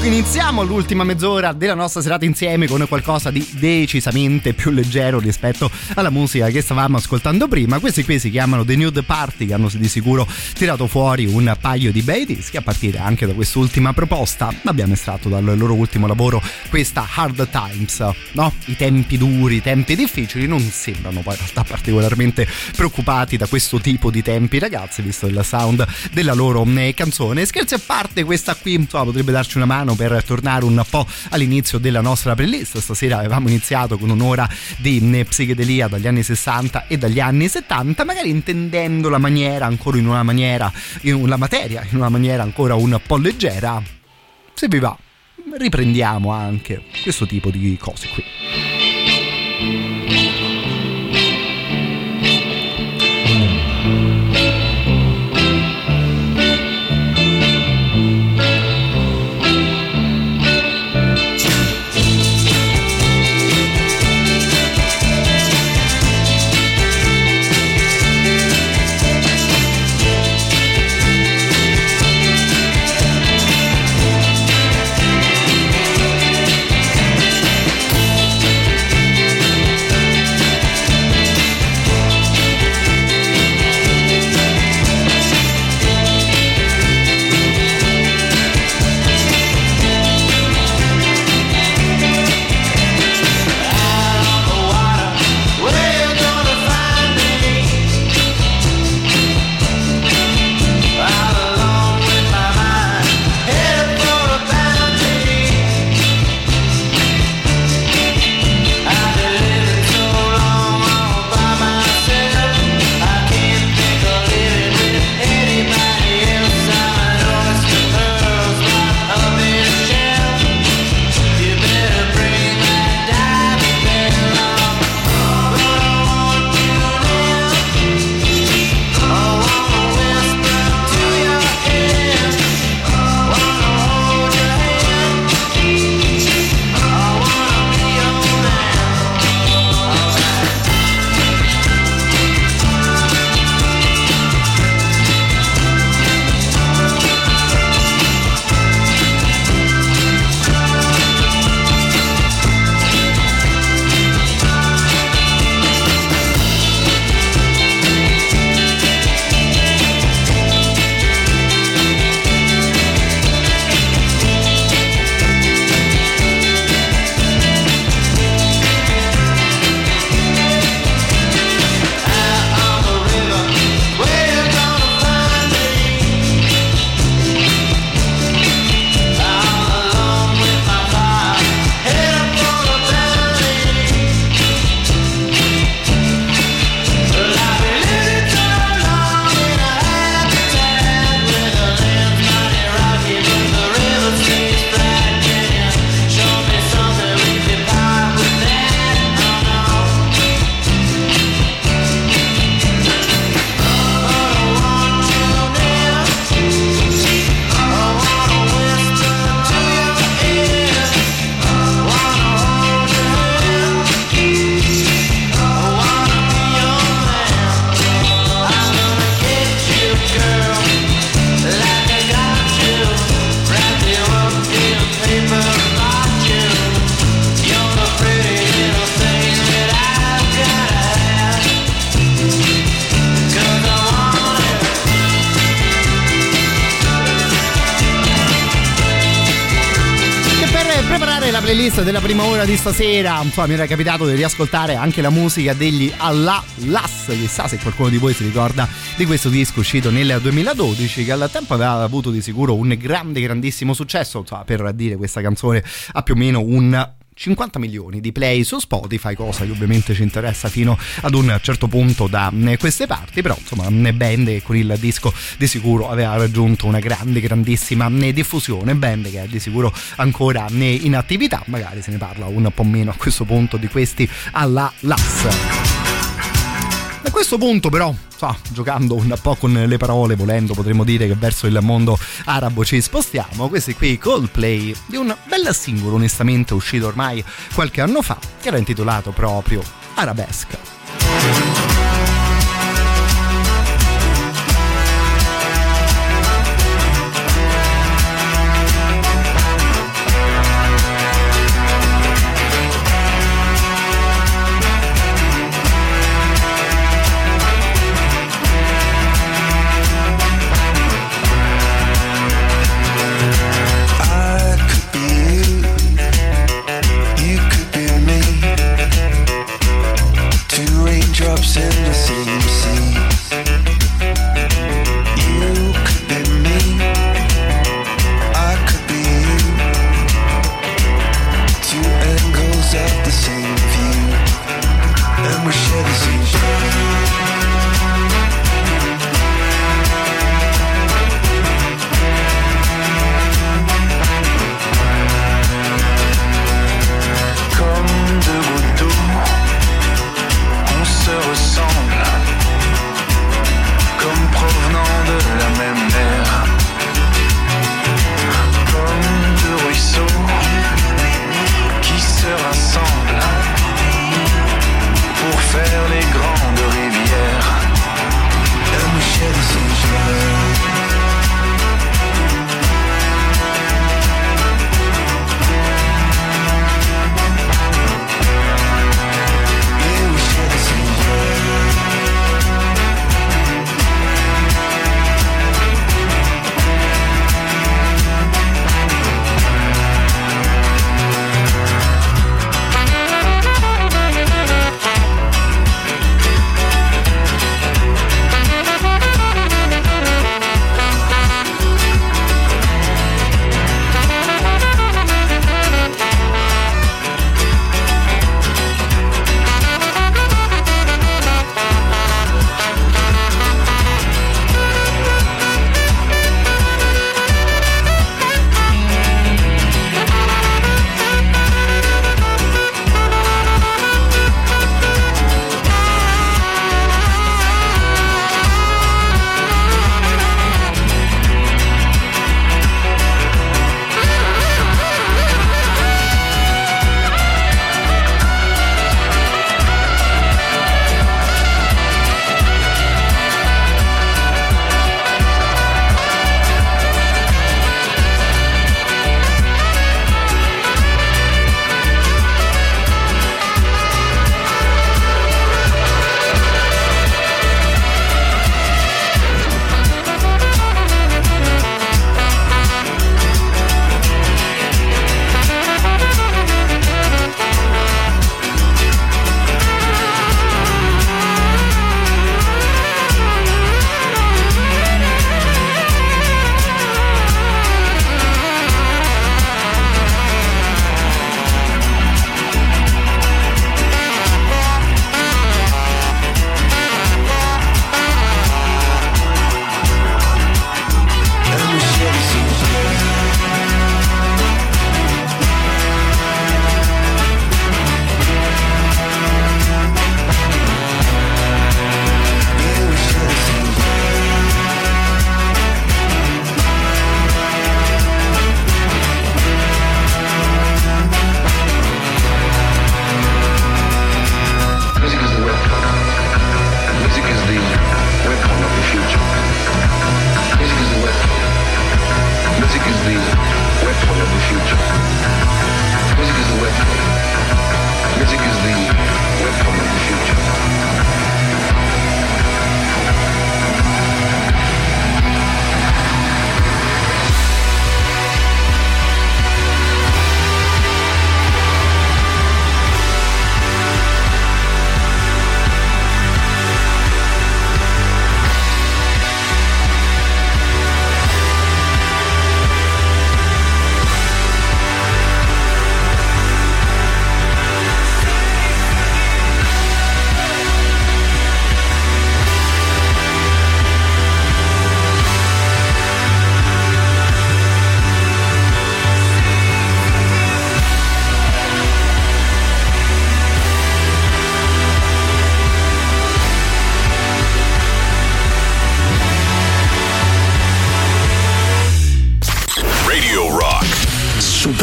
cui iniziamo l'ultima mezz'ora della nostra serata insieme con qualcosa di decisamente più leggero rispetto alla musica che stavamo ascoltando prima. Questi qui si chiamano The Nude Party, che hanno di sicuro tirato fuori un paio di bei dischi. A partire anche da quest'ultima proposta abbiamo estratto dal loro ultimo lavoro questa Hard Times, no? I tempi duri, i tempi difficili. Non sembrano poi in realtà particolarmente preoccupati da questo tipo di tempi, ragazzi, visto il sound della loro canzone. Scherzi a parte, questa qui insomma potrebbe darci una mano per tornare un po' all'inizio della nostra playlist. Stasera avevamo iniziato con un'ora di psichedelia dagli anni 60 e dagli anni 70, magari intendendo la maniera ancora in una maniera ancora un po' leggera. Se vi va, riprendiamo anche questo tipo di cose qui. Della prima ora di stasera, insomma, mi era capitato di riascoltare anche la musica degli Allah Las. Chissà se qualcuno di voi si ricorda di questo disco uscito nel 2012, che al tempo aveva avuto di sicuro un grandissimo successo. Insomma, per dire, questa canzone ha più o meno un 50 milioni di play su Spotify, cosa che ovviamente ci interessa fino ad un certo punto da queste parti, però insomma band che con il disco di sicuro aveva raggiunto una grandissima diffusione, band che è di sicuro ancora in attività, magari se ne parla un po' meno a questo punto di questi alla Las. A questo punto però, giocando un po' con le parole, volendo potremmo dire che verso il mondo arabo ci spostiamo. Questi qui Coldplay, di un bel singolo onestamente uscito ormai qualche anno fa, che era intitolato proprio Arabesque.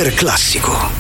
super classico.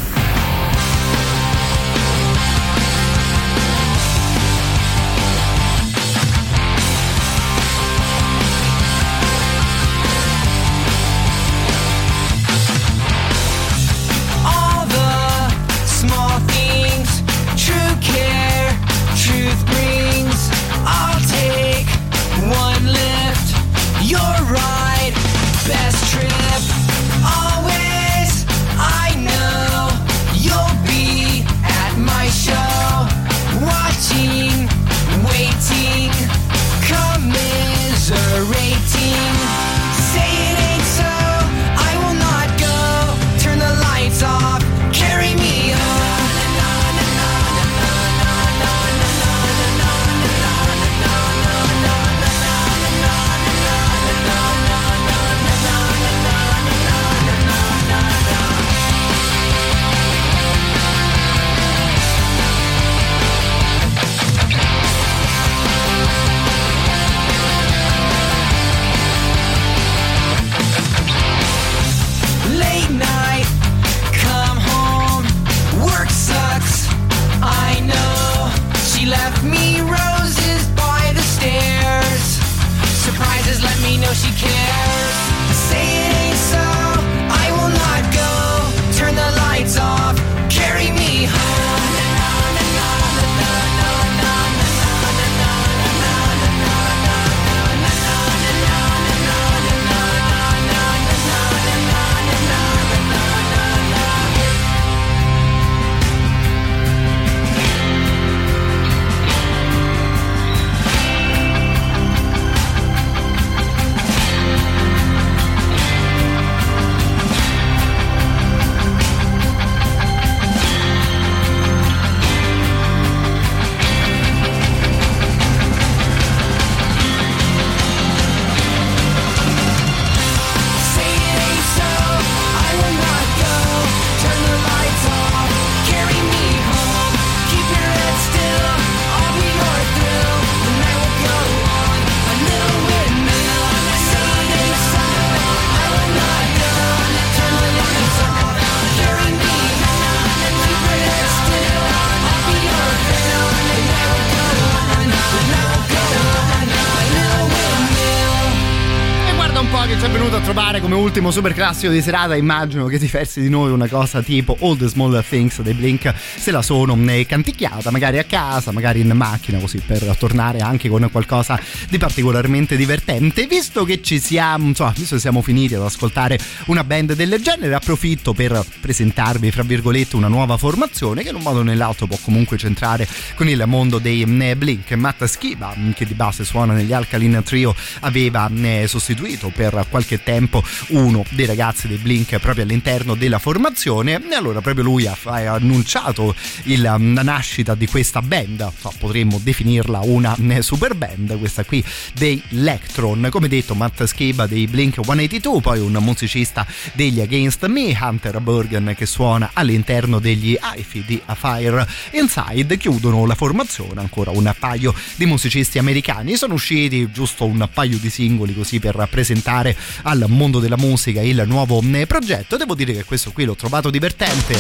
Come ultimo super classico di serata, immagino che diversi di noi una cosa tipo All the Small Things dei Blink se la sono canticchiata, magari a casa, magari in macchina, così per tornare anche con qualcosa di particolarmente divertente. Visto che ci siamo, insomma, visto che siamo finiti ad ascoltare una band del genere, approfitto per presentarvi, fra virgolette, una nuova formazione che in un modo o nell'altro può comunque centrare con il mondo dei Blink. Matt Skiba, che di base suona negli Alkaline Trio, aveva sostituito per qualche tempo uno dei ragazzi dei Blink proprio all'interno della formazione, e allora proprio lui ha annunciato la nascita di questa band, potremmo definirla una super band, questa qui dei Electron. Come detto, Matt Skiba dei Blink 182, poi un musicista degli Against Me, Hunter Bergen, che suona all'interno degli Hi-Fi di A Fire Inside. Chiudono la formazione ancora un paio di musicisti americani. Sono usciti giusto un paio di singoli così per presentare al mondo della musica il nuovo progetto. Devo dire che questo qui l'ho trovato divertente.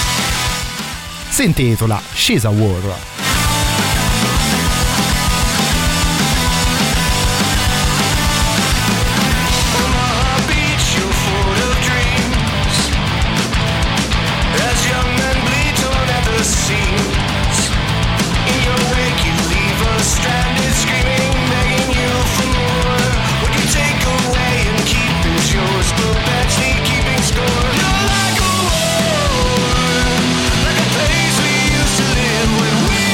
Si intitola She's a War. Like a place we used to live when we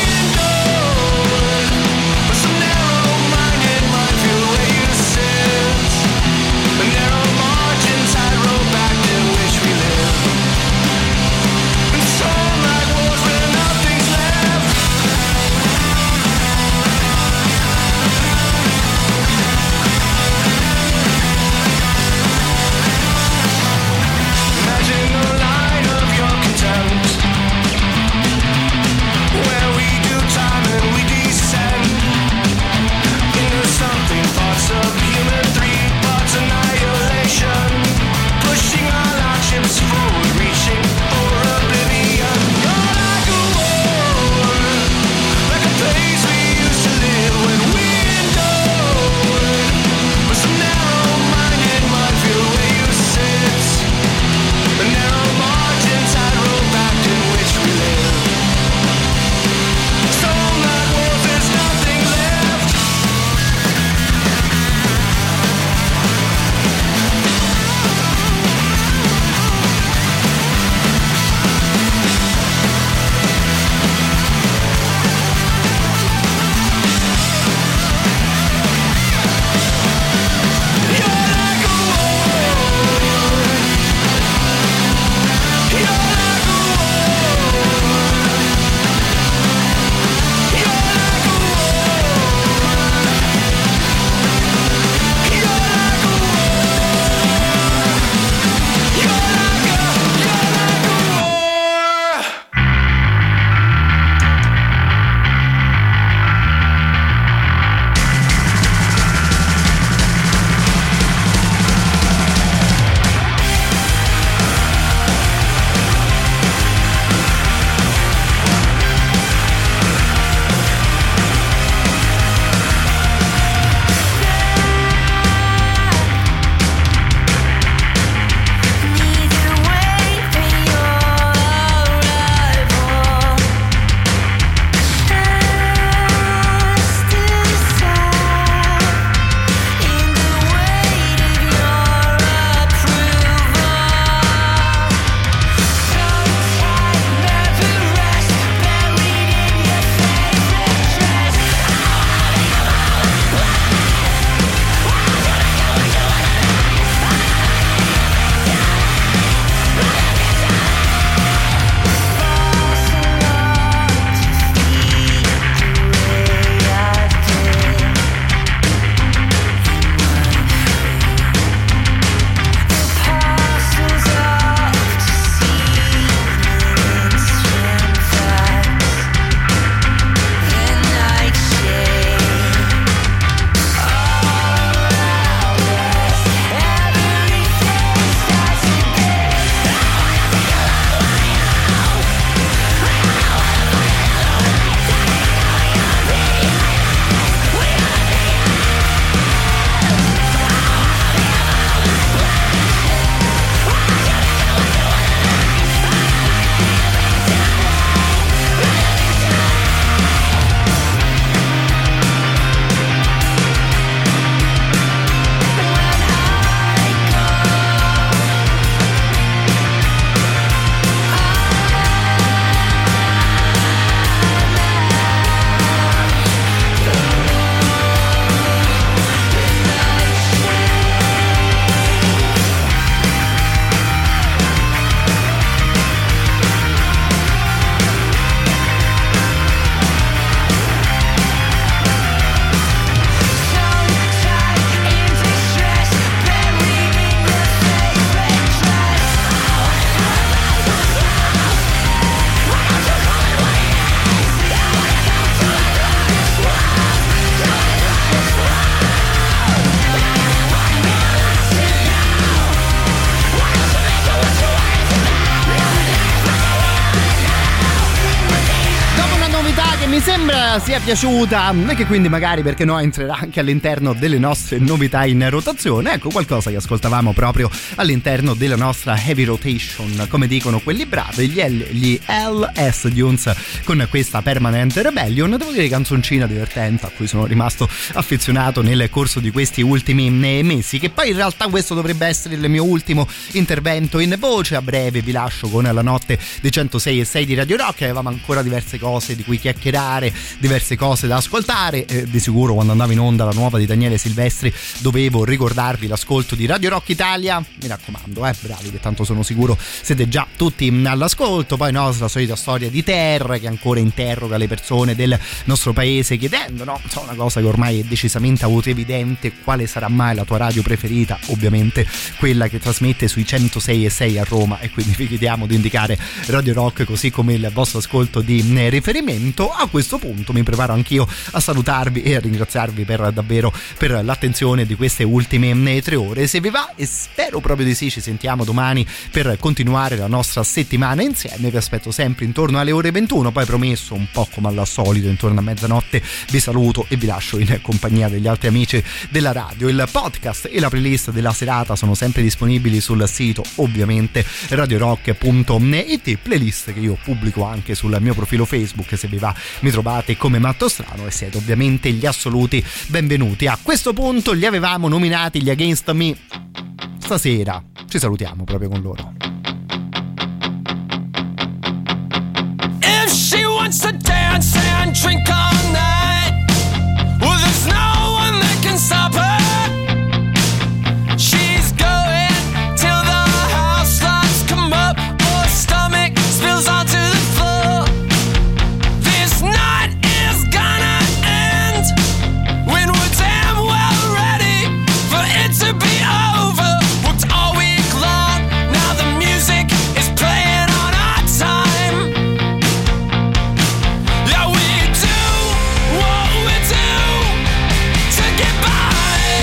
mi sembra sia piaciuta e che quindi magari, perché no, entrerà anche all'interno delle nostre novità in rotazione. Ecco, qualcosa che ascoltavamo proprio all'interno della nostra heavy rotation, come dicono quelli bravi, gli LS Dunes, con questa Permanent Rebellion. Devo dire, canzoncina divertente a cui sono rimasto affezionato nel corso di questi ultimi mesi, che poi in realtà questo dovrebbe essere il mio ultimo intervento in voce. A breve vi lascio con la notte dei 106.6 di Radio Rock. Avevamo ancora diverse cose di cui chiacchierare, diverse cose da ascoltare. Di sicuro quando andava in onda la nuova di Daniele Silvestri dovevo ricordarvi l'ascolto di Radio Rock Italia. Mi raccomando, bravi, che tanto sono sicuro siete già tutti all'ascolto. Poi no, la solita storia di Terra che ancora interroga le persone del nostro paese chiedendo, no, una cosa che ormai è decisamente autoevidente: quale sarà mai la tua radio preferita? Ovviamente quella che trasmette sui 106.6 a Roma, e quindi vi chiediamo di indicare Radio Rock così come il vostro ascolto di riferimento. A questo punto mi preparo anch'io a salutarvi e a ringraziarvi per davvero per l'attenzione di queste ultime 3 ore. Se vi va, e spero proprio di sì, ci sentiamo domani per continuare la nostra settimana insieme. Vi aspetto sempre intorno alle ore 21, poi promesso, un po' come al solito intorno a mezzanotte vi saluto e vi lascio in compagnia degli altri amici della radio. Il podcast e la playlist della serata sono sempre disponibili sul sito, ovviamente, radiorock.it, playlist che io pubblico anche sul mio profilo Facebook. Se vi va mi trovate come Matto Strano e siete ovviamente gli assoluti benvenuti. A questo punto li avevamo nominati gli Against Me, stasera ci salutiamo proprio con loro. If she wants to dance and drink all night, well, there's no one that can stop her. She's going till the house lights come up or her stomach spills onto the floor. This night is gonna end when we're damn well ready for it to be over. Worked all week long, now the music is playing on our time. Yeah, we do what we do to get by.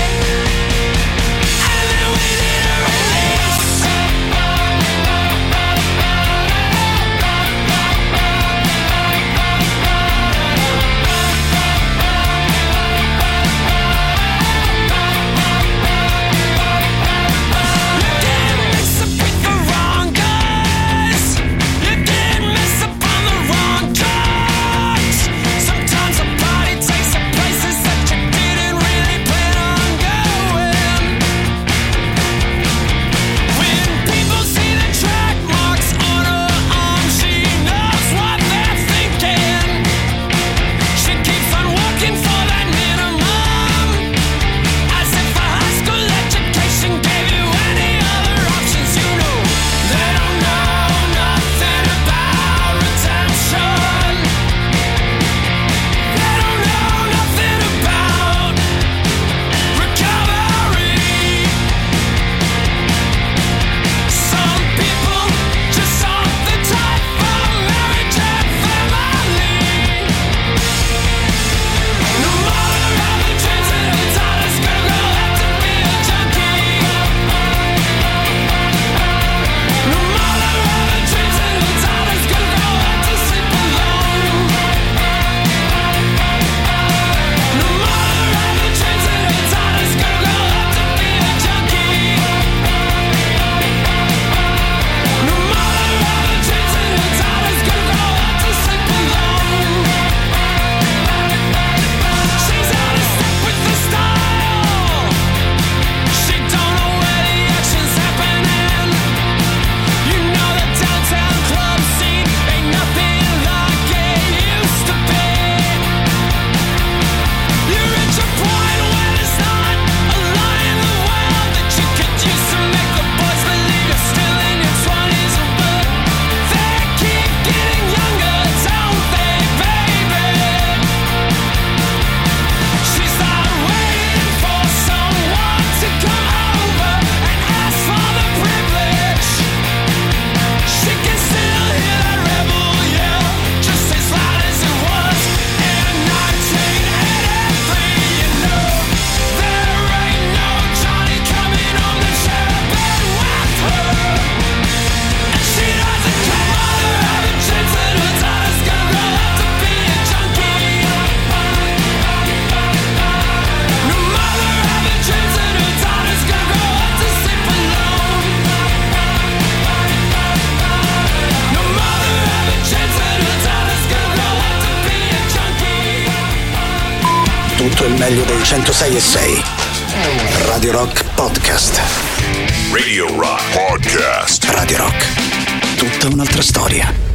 meglio dei 106.6. Radio Rock Podcast. Radio Rock Podcast. Radio Rock. Tutta un'altra storia.